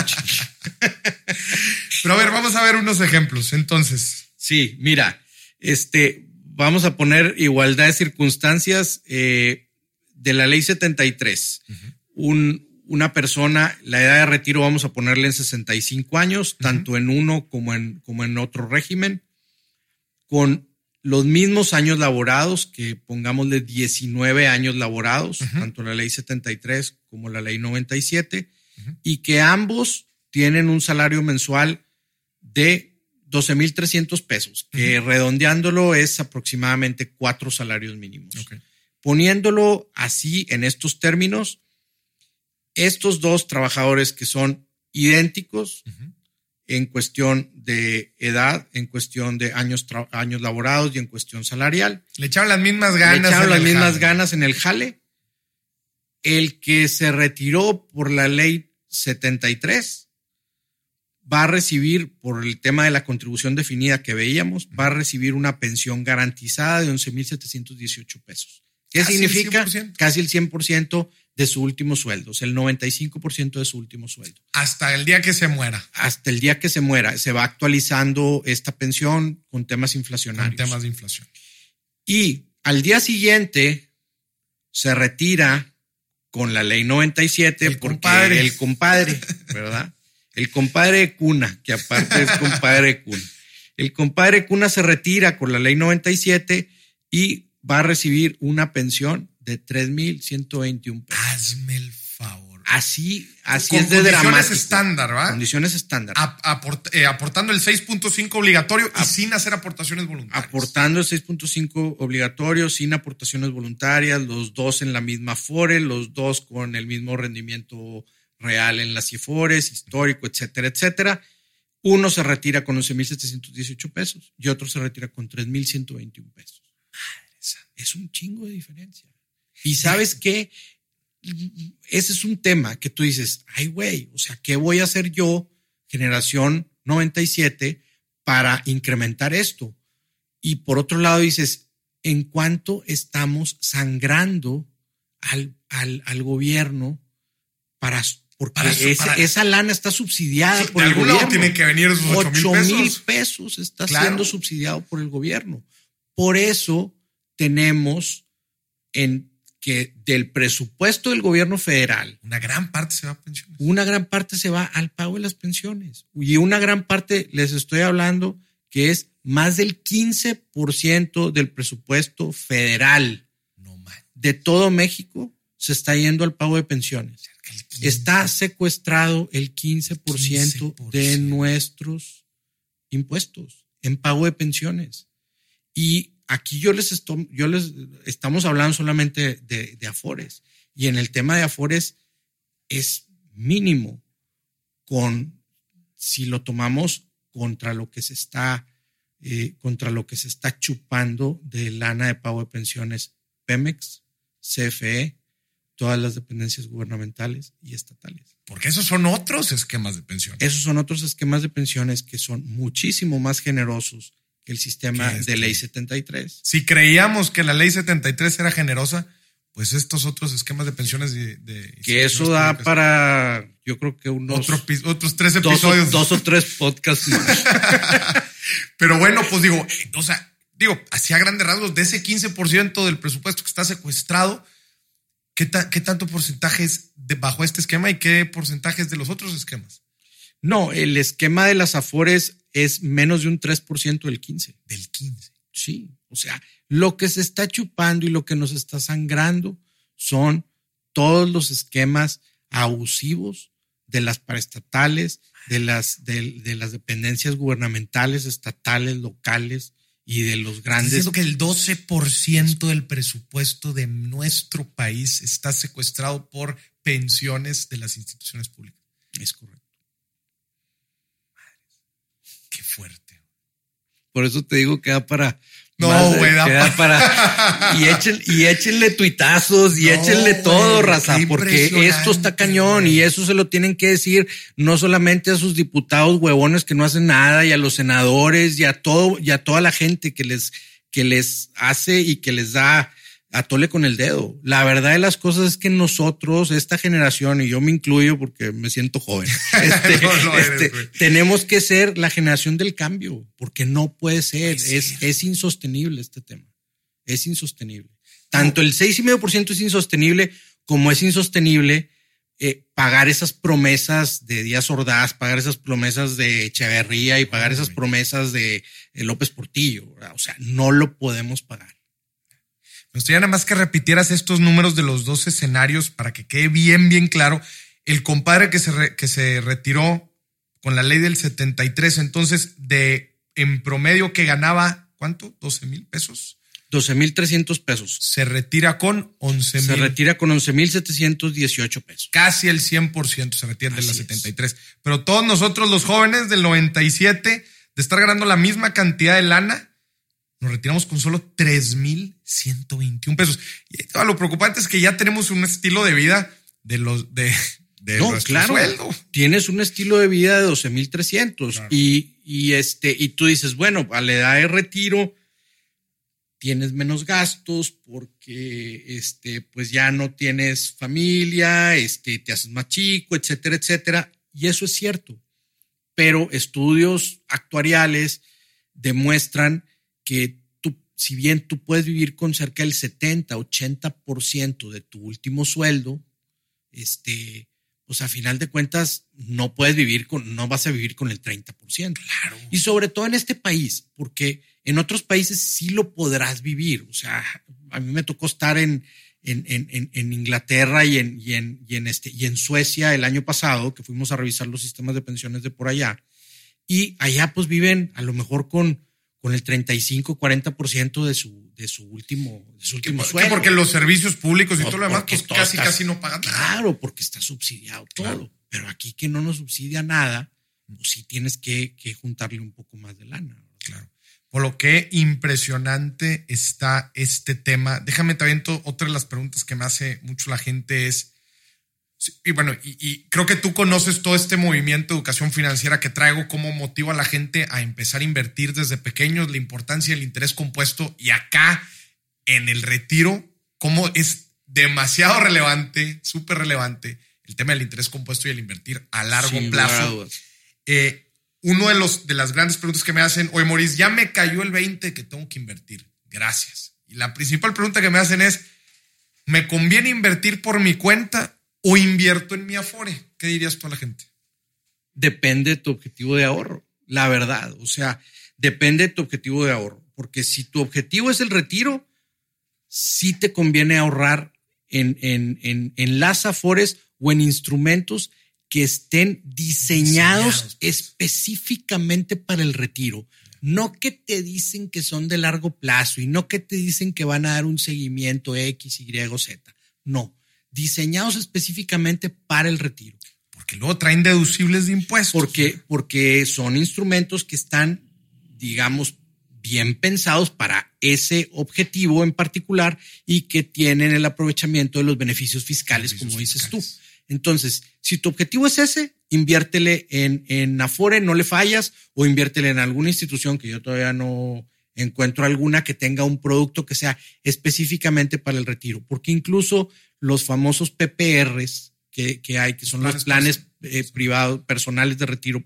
Pero a ver, vamos a ver unos ejemplos, entonces. Sí, mira, vamos a poner igualdad de circunstancias de la ley 73. Una persona, la edad de retiro vamos a ponerle en 65 años, tanto en uno como en otro régimen, con los mismos años laborados, que pongámosle 19 años laborados, tanto la ley 73 como la ley 97, y que ambos tienen un salario mensual de 12,300 pesos, que redondeándolo es aproximadamente 4 salarios mínimos. Okay. Poniéndolo así en estos términos, estos dos trabajadores que son idénticos en cuestión de edad, en cuestión de años laborados y en cuestión salarial. Le echaron las mismas ganas. Le echaron las mismas ganas en el jale. El que se retiró por la ley 73 va a recibir, por el tema de la contribución definida que veíamos, va a recibir una pensión garantizada de 11,718 pesos. ¿Qué significa? Casi el 100% de su último sueldo, o sea, el 95% de su último sueldo. Hasta el día que se muera. Hasta el día que se muera. Se va actualizando esta pensión con temas inflacionarios. Con temas de inflación. Y al día siguiente se retira con la ley 97 el compadre, ¿verdad? El compadre de cuna, que aparte es compadre de cuna. El compadre de cuna se retira con la ley 97 y va a recibir una pensión de 3,121 pesos. Hazme el favor. Así es de dramático. Condiciones estándar, ¿verdad? Condiciones estándar. Aportando el 6.5 obligatorio y sin hacer aportaciones voluntarias. Aportando el 6.5 obligatorio, sin aportaciones voluntarias, los dos en la misma Afore, los dos con el mismo rendimiento real en las IFORES, histórico, etcétera, etcétera. Uno se retira con 11,718 pesos y otro se retira con 3,121 pesos. Es un chingo de diferencia. Y ¿sabes qué? Ese es un tema que tú dices, ay güey, o sea, ¿qué voy a hacer yo, generación 97, para incrementar esto? Y por otro lado dices, ¿en cuánto estamos sangrando al gobierno porque esa lana está subsidiada por el gobierno? Tienen que venir esos 8,000 pesos está siendo subsidiado por el gobierno. Por eso tenemos que del presupuesto del gobierno federal, una gran parte se va a pensiones. Una gran parte se va al pago de las pensiones. Y una gran parte, les estoy hablando, que es más del 15% del presupuesto federal de todo México se está yendo al pago de pensiones. Está secuestrado el 15% de nuestros impuestos en pago de pensiones. Y aquí yo les estamos hablando solamente de Afores. Y en el tema de Afores es mínimo si lo tomamos contra lo que se está chupando de lana de pago de pensiones Pemex, CFE, todas las dependencias gubernamentales y estatales. Porque esos son otros esquemas de pensiones. Esos son otros esquemas de pensiones que son muchísimo más generosos que el sistema de ley 73. Si creíamos que la ley 73 era generosa, pues estos otros esquemas de pensiones que eso da para, yo creo que otros 3 episodios. Dos o tres podcasts más. Pero bueno, pues digo, así a grandes rasgos, de ese 15% del presupuesto que está secuestrado, ¿qué tanto porcentaje es bajo este esquema y qué porcentaje es de los otros esquemas? No, el esquema de las Afores es menos de un 3% del 15%. Del 15%. Sí, o sea, lo que se está chupando y lo que nos está sangrando son todos los esquemas abusivos de las paraestatales, de las dependencias gubernamentales, estatales, locales y de los grandes. Diciendo que el 12% del presupuesto de nuestro país está secuestrado por pensiones de las instituciones públicas. Es correcto. Qué fuerte. Por eso te digo que da para... No, güey, da para... Y échenle tuitazos y échenle todo, raza, porque esto está cañón, y eso se lo tienen que decir no solamente a sus diputados huevones que no hacen nada, y a los senadores y a toda la gente que les hace y que les da a tole con el dedo. La verdad de las cosas es que nosotros, esta generación, y yo me incluyo porque me siento joven, tenemos que ser la generación del cambio, porque no puede ser, es insostenible este tema, es insostenible. Tanto el 6,5% es insostenible, como es insostenible pagar esas promesas de Díaz Ordaz, pagar esas promesas de Echeverría y pagar esas promesas de López Portillo, ¿verdad? O sea, no lo podemos pagar. Me gustaría nada más que repitieras estos números de los dos escenarios para que quede bien claro. El compadre que se retiró con la ley del 73, entonces en promedio que ganaba, ¿cuánto? 12,000 pesos. 12,300 pesos. Se retira con 11,000. Se retira con 11,718 pesos. Casi el 100% se retira de la 73. Pero todos nosotros los jóvenes del 97, de estar ganando la misma cantidad de lana, nos retiramos con solo 3,121 pesos. Y todo lo preocupante es que ya tenemos un estilo de vida de nuestro sueldo. Tienes un estilo de vida de 12,300. Claro. Y tú dices, bueno, a la edad de retiro tienes menos gastos porque pues ya no tienes familia, te haces más chico, etcétera, etcétera. Y eso es cierto. Pero estudios actuariales demuestran que si bien tú puedes vivir con cerca del 70-80% de tu último sueldo, pues a final de cuentas no vas a vivir con el 30%. Claro. Y sobre todo en este país, porque en otros países sí lo podrás vivir. O sea, a mí me tocó estar en Inglaterra y en Suecia el año pasado, que fuimos a revisar los sistemas de pensiones de por allá. Y allá pues viven a lo mejor con el 35-40% de su último sueldo. Porque los servicios públicos y todo lo demás, pues casi no pagan nada. Claro, porque está subsidiado todo. Claro. Pero aquí que no nos subsidia nada, pues sí tienes que juntarle un poco más de lana. Claro. Por lo que impresionante está este tema. Déjame también otra de las preguntas que me hace mucho la gente es, y bueno, y creo que tú conoces todo este movimiento de educación financiera que traigo, cómo motiva a la gente a empezar a invertir desde pequeños, la importancia del interés compuesto, y acá en el retiro, cómo es demasiado relevante, súper relevante el tema del interés compuesto y el invertir a largo plazo. Uno de las grandes preguntas que me hacen, oye, Maurice, ya me cayó el 20 que tengo que invertir. Gracias. Y la principal pregunta que me hacen es, ¿me conviene invertir por mi cuenta o invierto en mi Afore? ¿Qué dirías tú a la gente? Depende de tu objetivo de ahorro, la verdad. O sea, depende de tu objetivo de ahorro. Porque si tu objetivo es el retiro, sí te conviene ahorrar en las Afores o en instrumentos que estén diseñados específicamente para el retiro. No que te dicen que son de largo plazo y no que te dicen que van a dar un seguimiento X, Y o Z. No, diseñados específicamente para el retiro. Porque luego traen deducibles de impuestos. Porque son instrumentos que están, digamos, bien pensados para ese objetivo en particular y que tienen el aprovechamiento de los beneficios fiscales, como dices tú. Entonces, si tu objetivo es ese, inviértele en Afore, no le fallas, o inviértele en alguna institución que yo todavía no encuentro alguna que tenga un producto que sea específicamente para el retiro. Porque incluso los famosos PPRs que hay, que son los planes privados, personales de retiro,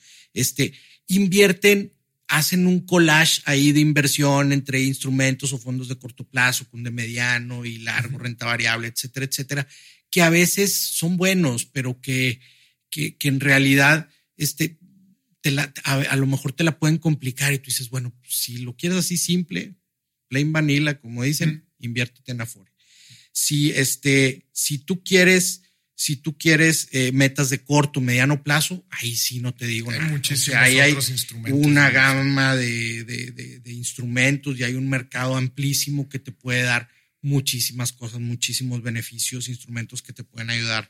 invierten, hacen un collage ahí de inversión entre instrumentos o fondos de corto plazo, con de mediano y largo, renta variable, etcétera, etcétera, que a veces son buenos, pero que en realidad a lo mejor te la pueden complicar y tú dices, bueno, si lo quieres así simple, plain vanilla, como dicen, inviértete en Afore. Si tú quieres metas de corto, mediano plazo, ahí sí no te digo nada. Muchísimos otros instrumentos. Una gama de instrumentos y hay un mercado amplísimo que te puede dar muchísimas cosas, muchísimos beneficios, instrumentos que te pueden ayudar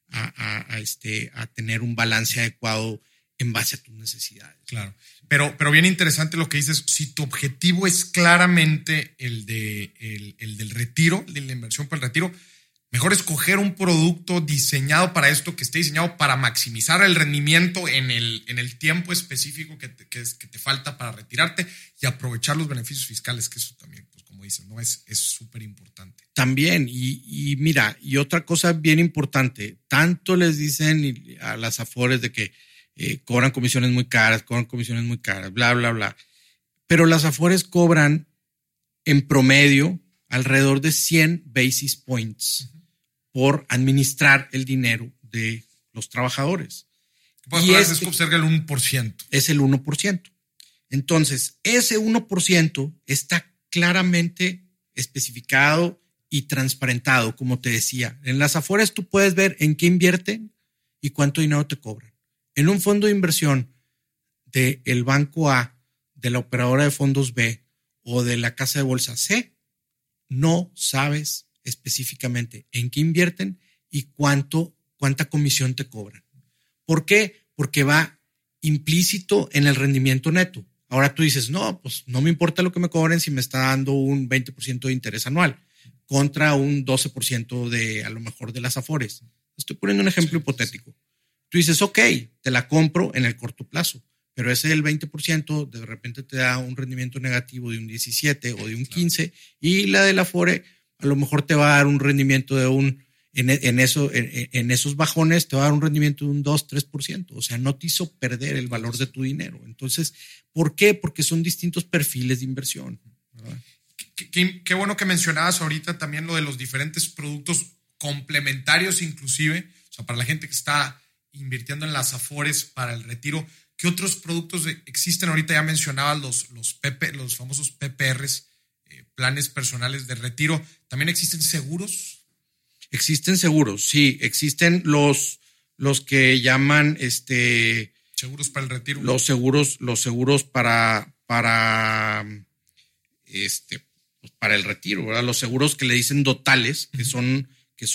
a tener un balance adecuado en base a tus necesidades. Claro. Pero bien interesante lo que dices. Si tu objetivo es claramente el del retiro, de la inversión para el retiro, mejor escoger un producto diseñado para esto, que esté diseñado para maximizar el rendimiento en el tiempo específico que te falta para retirarte y aprovechar los beneficios fiscales, que eso también, pues como dices, ¿no? Es súper importante. También, y mira, y otra cosa bien importante, tanto les dicen a las Afores de que cobran comisiones muy caras, bla, bla, bla. Pero las Afores cobran en promedio alrededor de 100 basis points por administrar el dinero de los trabajadores. Pues es cerca del 1%. Es el 1%. Entonces, ese 1% está claramente especificado y transparentado, como te decía. En las Afores tú puedes ver en qué invierten y cuánto dinero te cobran. En un fondo de inversión del banco A, de la operadora de fondos B o de la casa de bolsa C, no sabes específicamente en qué invierten y cuánta comisión te cobran. ¿Por qué? Porque va implícito en el rendimiento neto. Ahora tú dices, no, pues no me importa lo que me cobren si me está dando un 20% de interés anual contra un 12% de a lo mejor de las Afores. Estoy poniendo un ejemplo hipotético. Tú dices, ok, te la compro en el corto plazo, pero ese del 20% de repente te da un rendimiento negativo de un 17 o de un 15 y la de la Afore a lo mejor te va a dar un rendimiento de en esos bajones te va a dar un rendimiento de un 2-3%. O sea, no te hizo perder el valor de tu dinero. Entonces, ¿por qué? Porque son distintos perfiles de inversión, ¿verdad? Qué bueno que mencionabas ahorita también lo de los diferentes productos complementarios inclusive. O sea, para la gente que está invirtiendo en las Afores para el retiro, ¿qué otros productos existen? Ahorita ya mencionabas los famosos PPRs, planes personales de retiro. ¿También existen seguros? Existen seguros, sí. Existen los que llaman seguros para el retiro. Los seguros para el retiro, ¿verdad? Los seguros que le dicen dotales, que son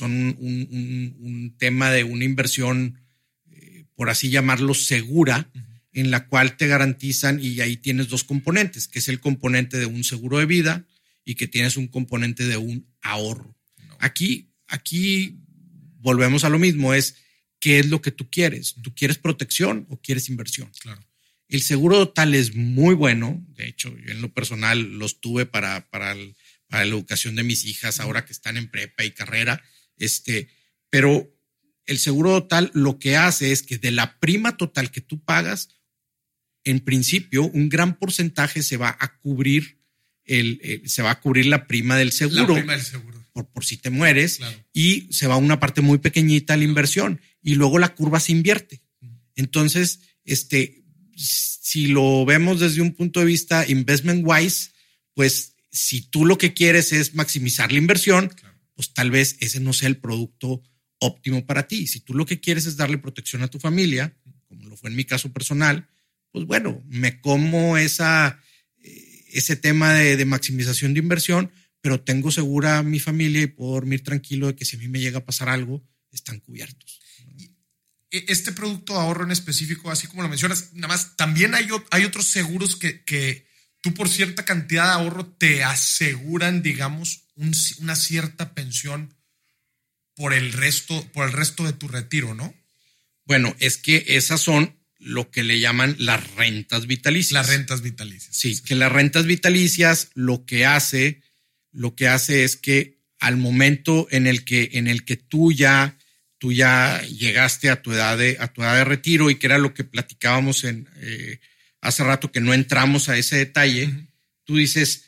un tema de una inversión, por así llamarlo, segura, en la cual te garantizan, y ahí tienes dos componentes, que es el componente de un seguro de vida y que tienes un componente de un ahorro. No. Aquí volvemos a lo mismo, es ¿qué es lo que tú quieres? ¿Tú quieres protección o quieres inversión? Claro. El seguro total es muy bueno. De hecho, yo en lo personal los tuve para la educación de mis hijas ahora que están en prepa y carrera. Pero el seguro total lo que hace es que de la prima total que tú pagas, en principio, un gran porcentaje se va a cubrir la prima del seguro. La prima del seguro. Por si te mueres, claro. Y se va una parte muy pequeñita a la inversión y luego la curva se invierte. Entonces, si lo vemos desde un punto de vista investment wise, pues si tú lo que quieres es maximizar la inversión, claro, pues tal vez ese no sea el producto óptimo para ti. Si tú lo que quieres es darle protección a tu familia, como lo fue en mi caso personal, pues bueno, me como ese tema de maximización de inversión, pero tengo segura a mi familia y puedo dormir tranquilo de que si a mí me llega a pasar algo, están cubiertos. Este producto de ahorro en específico, así como lo mencionas, nada más, también hay otros seguros que tú por cierta cantidad de ahorro te aseguran, digamos, una cierta pensión por el resto de tu retiro, ¿no? Bueno, es que esas son lo que le llaman las rentas vitalicias. Las rentas vitalicias. Sí, que las rentas vitalicias lo que hace es que al momento en el que tú ya llegaste a tu edad de retiro, y que era lo que platicábamos hace rato, que no entramos a ese detalle. Uh-huh. Tú dices,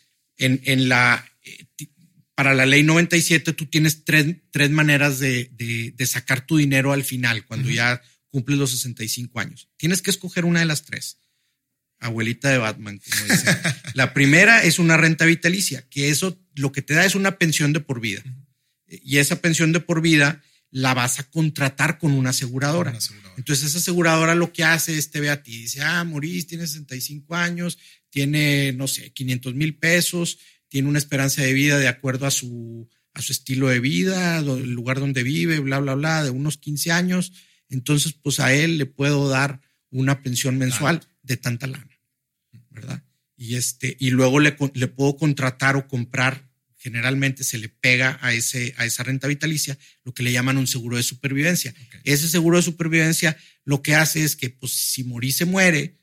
para la ley 97 tú tienes tres maneras de sacar tu dinero al final, cuando uh-huh. cumples los 65 años. Tienes que escoger una de las tres. Abuelita de Batman, como dicen. La primera es una renta vitalicia, que eso lo que te da es una pensión de por vida. Y esa pensión de por vida la vas a contratar con una aseguradora. Entonces esa aseguradora lo que hace es te ve a ti y dice, Maurice tiene 65 años, tiene, no sé, 500,000 pesos, tiene una esperanza de vida de acuerdo a su estilo de vida, el lugar donde vive, bla, bla, bla, de unos 15 años. Entonces, pues a él le puedo dar una pensión mensual de tanta lana, ¿verdad? Y luego le puedo contratar o comprar. Generalmente se le pega a esa renta vitalicia lo que le llaman un seguro de supervivencia. Okay. Ese seguro de supervivencia lo que hace es que, pues, si Maurice se muere,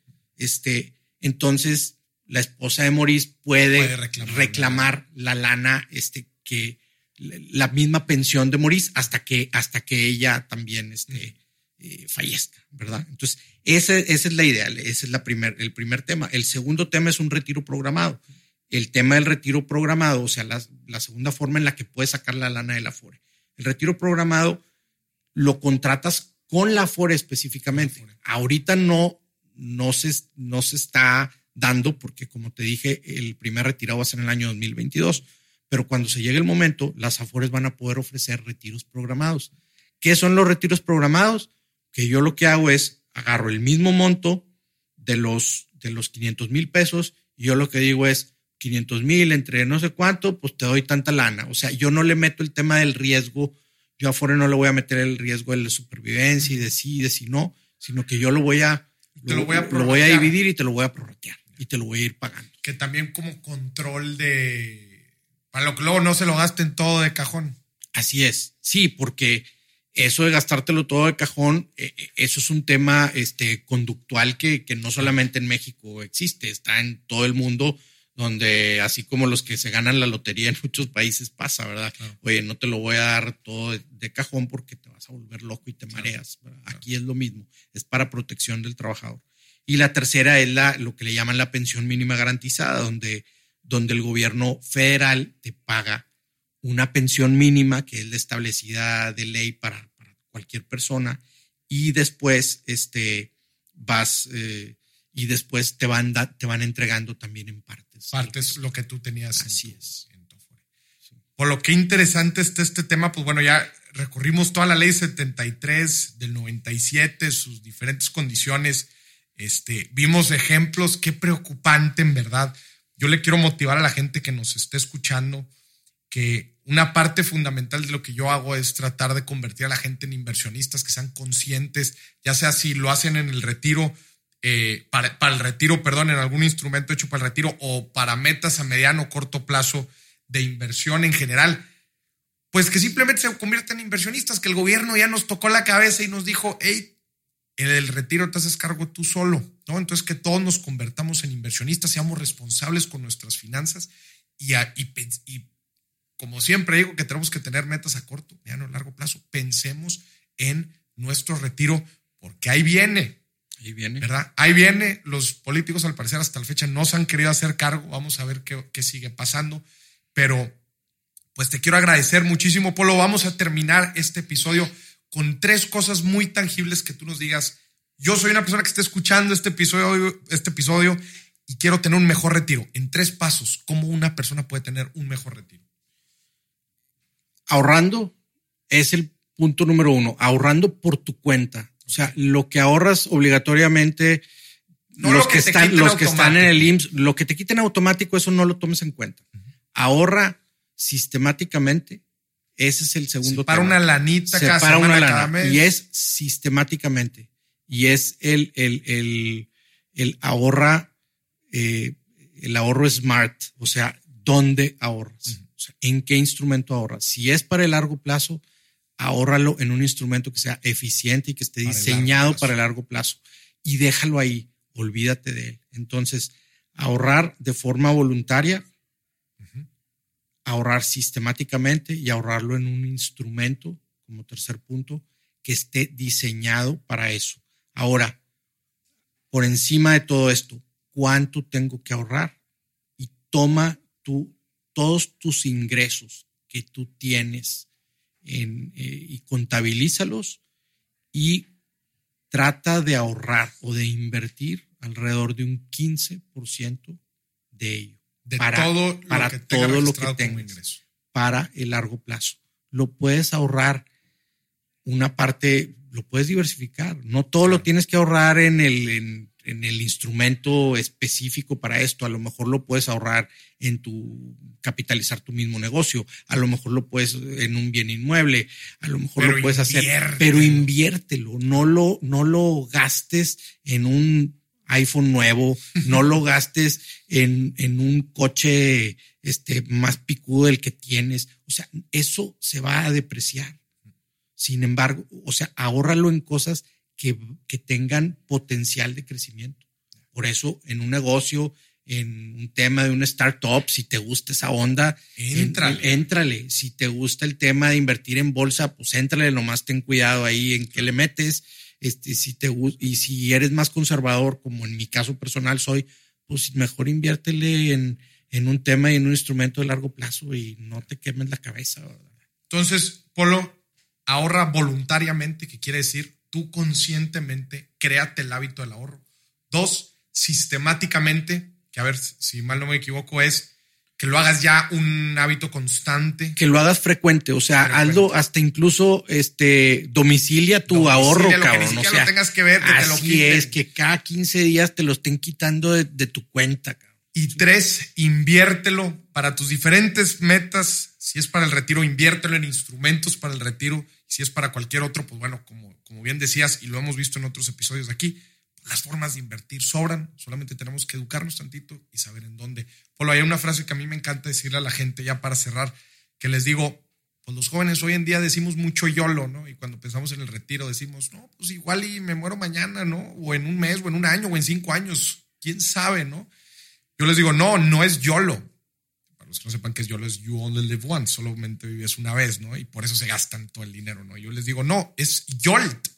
entonces la esposa de Maurice puede reclamar la lana, que la misma pensión de Maurice hasta que ella también fallezca, ¿verdad? Entonces, esa es la idea, ese es el primer tema. El segundo tema es un retiro programado. El tema del retiro programado, o sea, la segunda forma en la que puedes sacar la lana del Afore. El retiro programado lo contratas con la Afore específicamente. Ahorita no se está dando porque, como te dije, el primer retirado va a ser en el año 2022. Pero cuando se llegue el momento, las Afores van a poder ofrecer retiros programados. ¿Qué son los retiros programados? Que yo lo que hago es agarro el mismo monto de los 500,000 pesos y yo lo que digo es 500,000 entre no sé cuánto, pues te doy tanta lana. O sea, yo no le meto el tema del riesgo. Yo a Afore no le voy a meter el riesgo de la supervivencia y de si no, sino que yo lo voy a dividir y te lo voy a prorratear y te lo voy a ir pagando. Que también como control para lo que luego no se lo gasten todo de cajón. Así es. Sí, porque eso de gastártelo todo de cajón, eso es un tema conductual que no solamente en México existe, está en todo el mundo, donde así como los que se ganan la lotería en muchos países pasa, ¿verdad? Claro. Oye, no te lo voy a dar todo de cajón porque te vas a volver loco y te mareas. Claro. Aquí es lo mismo, es para protección del trabajador. Y la tercera es lo que le llaman la pensión mínima garantizada, donde el gobierno federal te paga una pensión mínima que es la establecida de ley para cualquier persona y después y después te van entregando también en partes. Partes lo que tú tenías. Así es. En tu Afore. Sí. Por lo que interesante está este tema, pues bueno, ya recorrimos toda la ley 73 del 97, sus diferentes condiciones. Vimos ejemplos, qué preocupante en verdad. Yo le quiero motivar a la gente que nos esté escuchando que una parte fundamental de lo que yo hago es tratar de convertir a la gente en inversionistas que sean conscientes, ya sea si lo hacen en el retiro, para el retiro, perdón, en algún instrumento hecho para el retiro o para metas a mediano o corto plazo de inversión en general, pues que simplemente se conviertan en inversionistas, que el gobierno ya nos tocó la cabeza y nos dijo, hey, en el retiro te haces cargo tú solo, ¿no? Entonces que todos nos convertamos en inversionistas, seamos responsables con nuestras finanzas y como siempre digo que tenemos que tener metas a corto, mediano o largo plazo. Pensemos en nuestro retiro porque ahí viene. Ahí viene. ¿Verdad? Ahí viene. Los políticos al parecer hasta la fecha no se han querido hacer cargo. Vamos a ver qué sigue pasando. Pero pues te quiero agradecer muchísimo, Polo. Vamos a terminar este episodio con 3 cosas muy tangibles que tú nos digas. Yo soy una persona que está escuchando este episodio y quiero tener un mejor retiro. En 3 pasos, ¿cómo una persona puede tener un mejor retiro? Ahorrando es el punto número 1. Ahorrando por tu cuenta. O sea, lo que ahorras obligatoriamente, no los que están en el IMSS, lo que te quiten automático, eso no lo tomes en cuenta. Uh-huh. Ahorra sistemáticamente. Ese es el segundo tema. Para una lanita cada mes. Y es sistemáticamente. Y es el ahorra, el ahorro smart. O sea, ¿dónde ahorras? Uh-huh. O sea, ¿en qué instrumento ahorras? Si es para el largo plazo, ahórralo en un instrumento que sea eficiente y que esté diseñado para el largo plazo y déjalo ahí, olvídate de él. Entonces, ahorrar de forma voluntaria, uh-huh. Ahorrar sistemáticamente y ahorrarlo en un instrumento, como tercer punto, que esté diseñado para eso. Ahora, por encima de todo esto, ¿cuánto tengo que ahorrar? Y toma todos tus ingresos que tú tienes y contabilízalos y trata de ahorrar o de invertir alrededor de un 15% de ello. Para todo lo que tengas para el largo plazo. Lo puedes ahorrar una parte, lo puedes diversificar. No todo lo tienes que ahorrar en el instrumento específico para esto. A lo mejor lo puedes ahorrar en capitalizar tu mismo negocio. A lo mejor lo puedes en un bien inmueble. A lo mejor lo puedes hacer, pero inviértelo. No lo gastes en un iPhone nuevo, no lo gastes en un coche más picudo del que tienes. O sea, eso se va a depreciar. Sin embargo, o sea, ahórralo en cosas que tengan potencial de crecimiento. Por eso, en un negocio, en un tema de una startup, si te gusta esa onda, éntrale. Si te gusta el tema de invertir en bolsa, pues éntrale, nomás ten cuidado ahí en qué le metes. Si eres más conservador, como en mi caso personal soy, pues mejor inviértele en un tema y en un instrumento de largo plazo y no te quemes la cabeza, ¿verdad? Entonces, Polo, ahorra voluntariamente, que quiere decir tú conscientemente créate el hábito del ahorro. 2, sistemáticamente, que a ver si mal no me equivoco, es que lo hagas ya un hábito constante. Que lo hagas frecuente, o sea, hazlo hasta incluso domicilia tu ahorro, lo cabrón. Que ni siquiera o sea, lo tengas que ver, que te lo quiten. Así es, que cada 15 días te lo estén quitando de tu cuenta, cabrón. Y 3, inviértelo para tus diferentes metas. Si es para el retiro, inviértelo en instrumentos para el retiro. Si es para cualquier otro, pues bueno, como bien decías, y lo hemos visto en otros episodios de aquí, las formas de invertir sobran. Solamente tenemos que educarnos tantito y saber en dónde. Polo, hay una frase que a mí me encanta decirle a la gente, ya para cerrar, que les digo, pues los jóvenes hoy en día decimos mucho YOLO, ¿no? Y cuando pensamos en el retiro decimos, no, pues igual y me muero mañana, ¿no? O en un mes, o en un año, o en 5 años. ¿Quién sabe, no? Yo les digo, no es YOLO. Para los que no sepan qué es YOLO, es You Only Live Once. Solamente vives una vez, ¿no? Y por eso se gastan todo el dinero, ¿no? Yo les digo, no, es YOLT.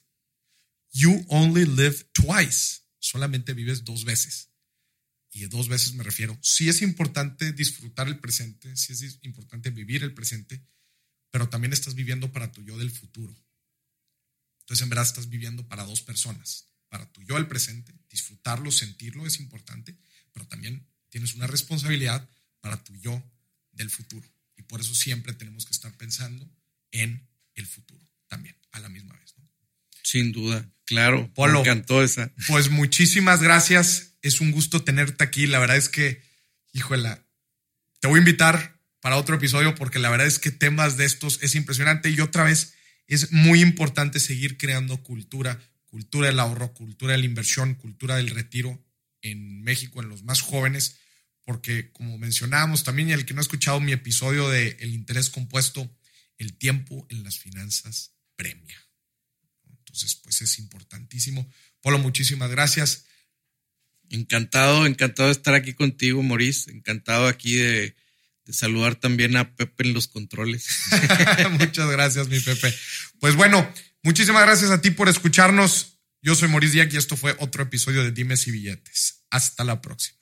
You Only Live Twice. Solamente vives 2 veces. Y de 2 veces me refiero, sí es importante disfrutar el presente, sí es importante vivir el presente, pero también estás viviendo para tu yo del futuro. Entonces, en verdad, estás viviendo para 2 personas. Para tu yo del presente, disfrutarlo, sentirlo es importante, pero también tienes una responsabilidad para tu yo del futuro. Y por eso siempre tenemos que estar pensando en el futuro también, a la misma vez, ¿no? Sin duda, claro. Polo, me encantó esa. Pues muchísimas gracias. Es un gusto tenerte aquí. La verdad es que, híjole, te voy a invitar para otro episodio porque la verdad es que temas de estos es impresionante. Y otra vez, es muy importante seguir creando cultura del ahorro, cultura de la inversión, cultura del retiro en México, en los más jóvenes, porque como mencionábamos también, y el que no ha escuchado mi episodio de El interés compuesto, el tiempo en las finanzas premia. Entonces, pues es importantísimo. Polo, muchísimas gracias. Encantado de estar aquí contigo, Maurice. Encantado aquí de saludar también a Pepe en los controles. Muchas gracias, mi Pepe. Pues bueno, muchísimas gracias a ti por escucharnos. Yo soy Maurice Diak y esto fue otro episodio de Dimes y Billetes. Hasta la próxima.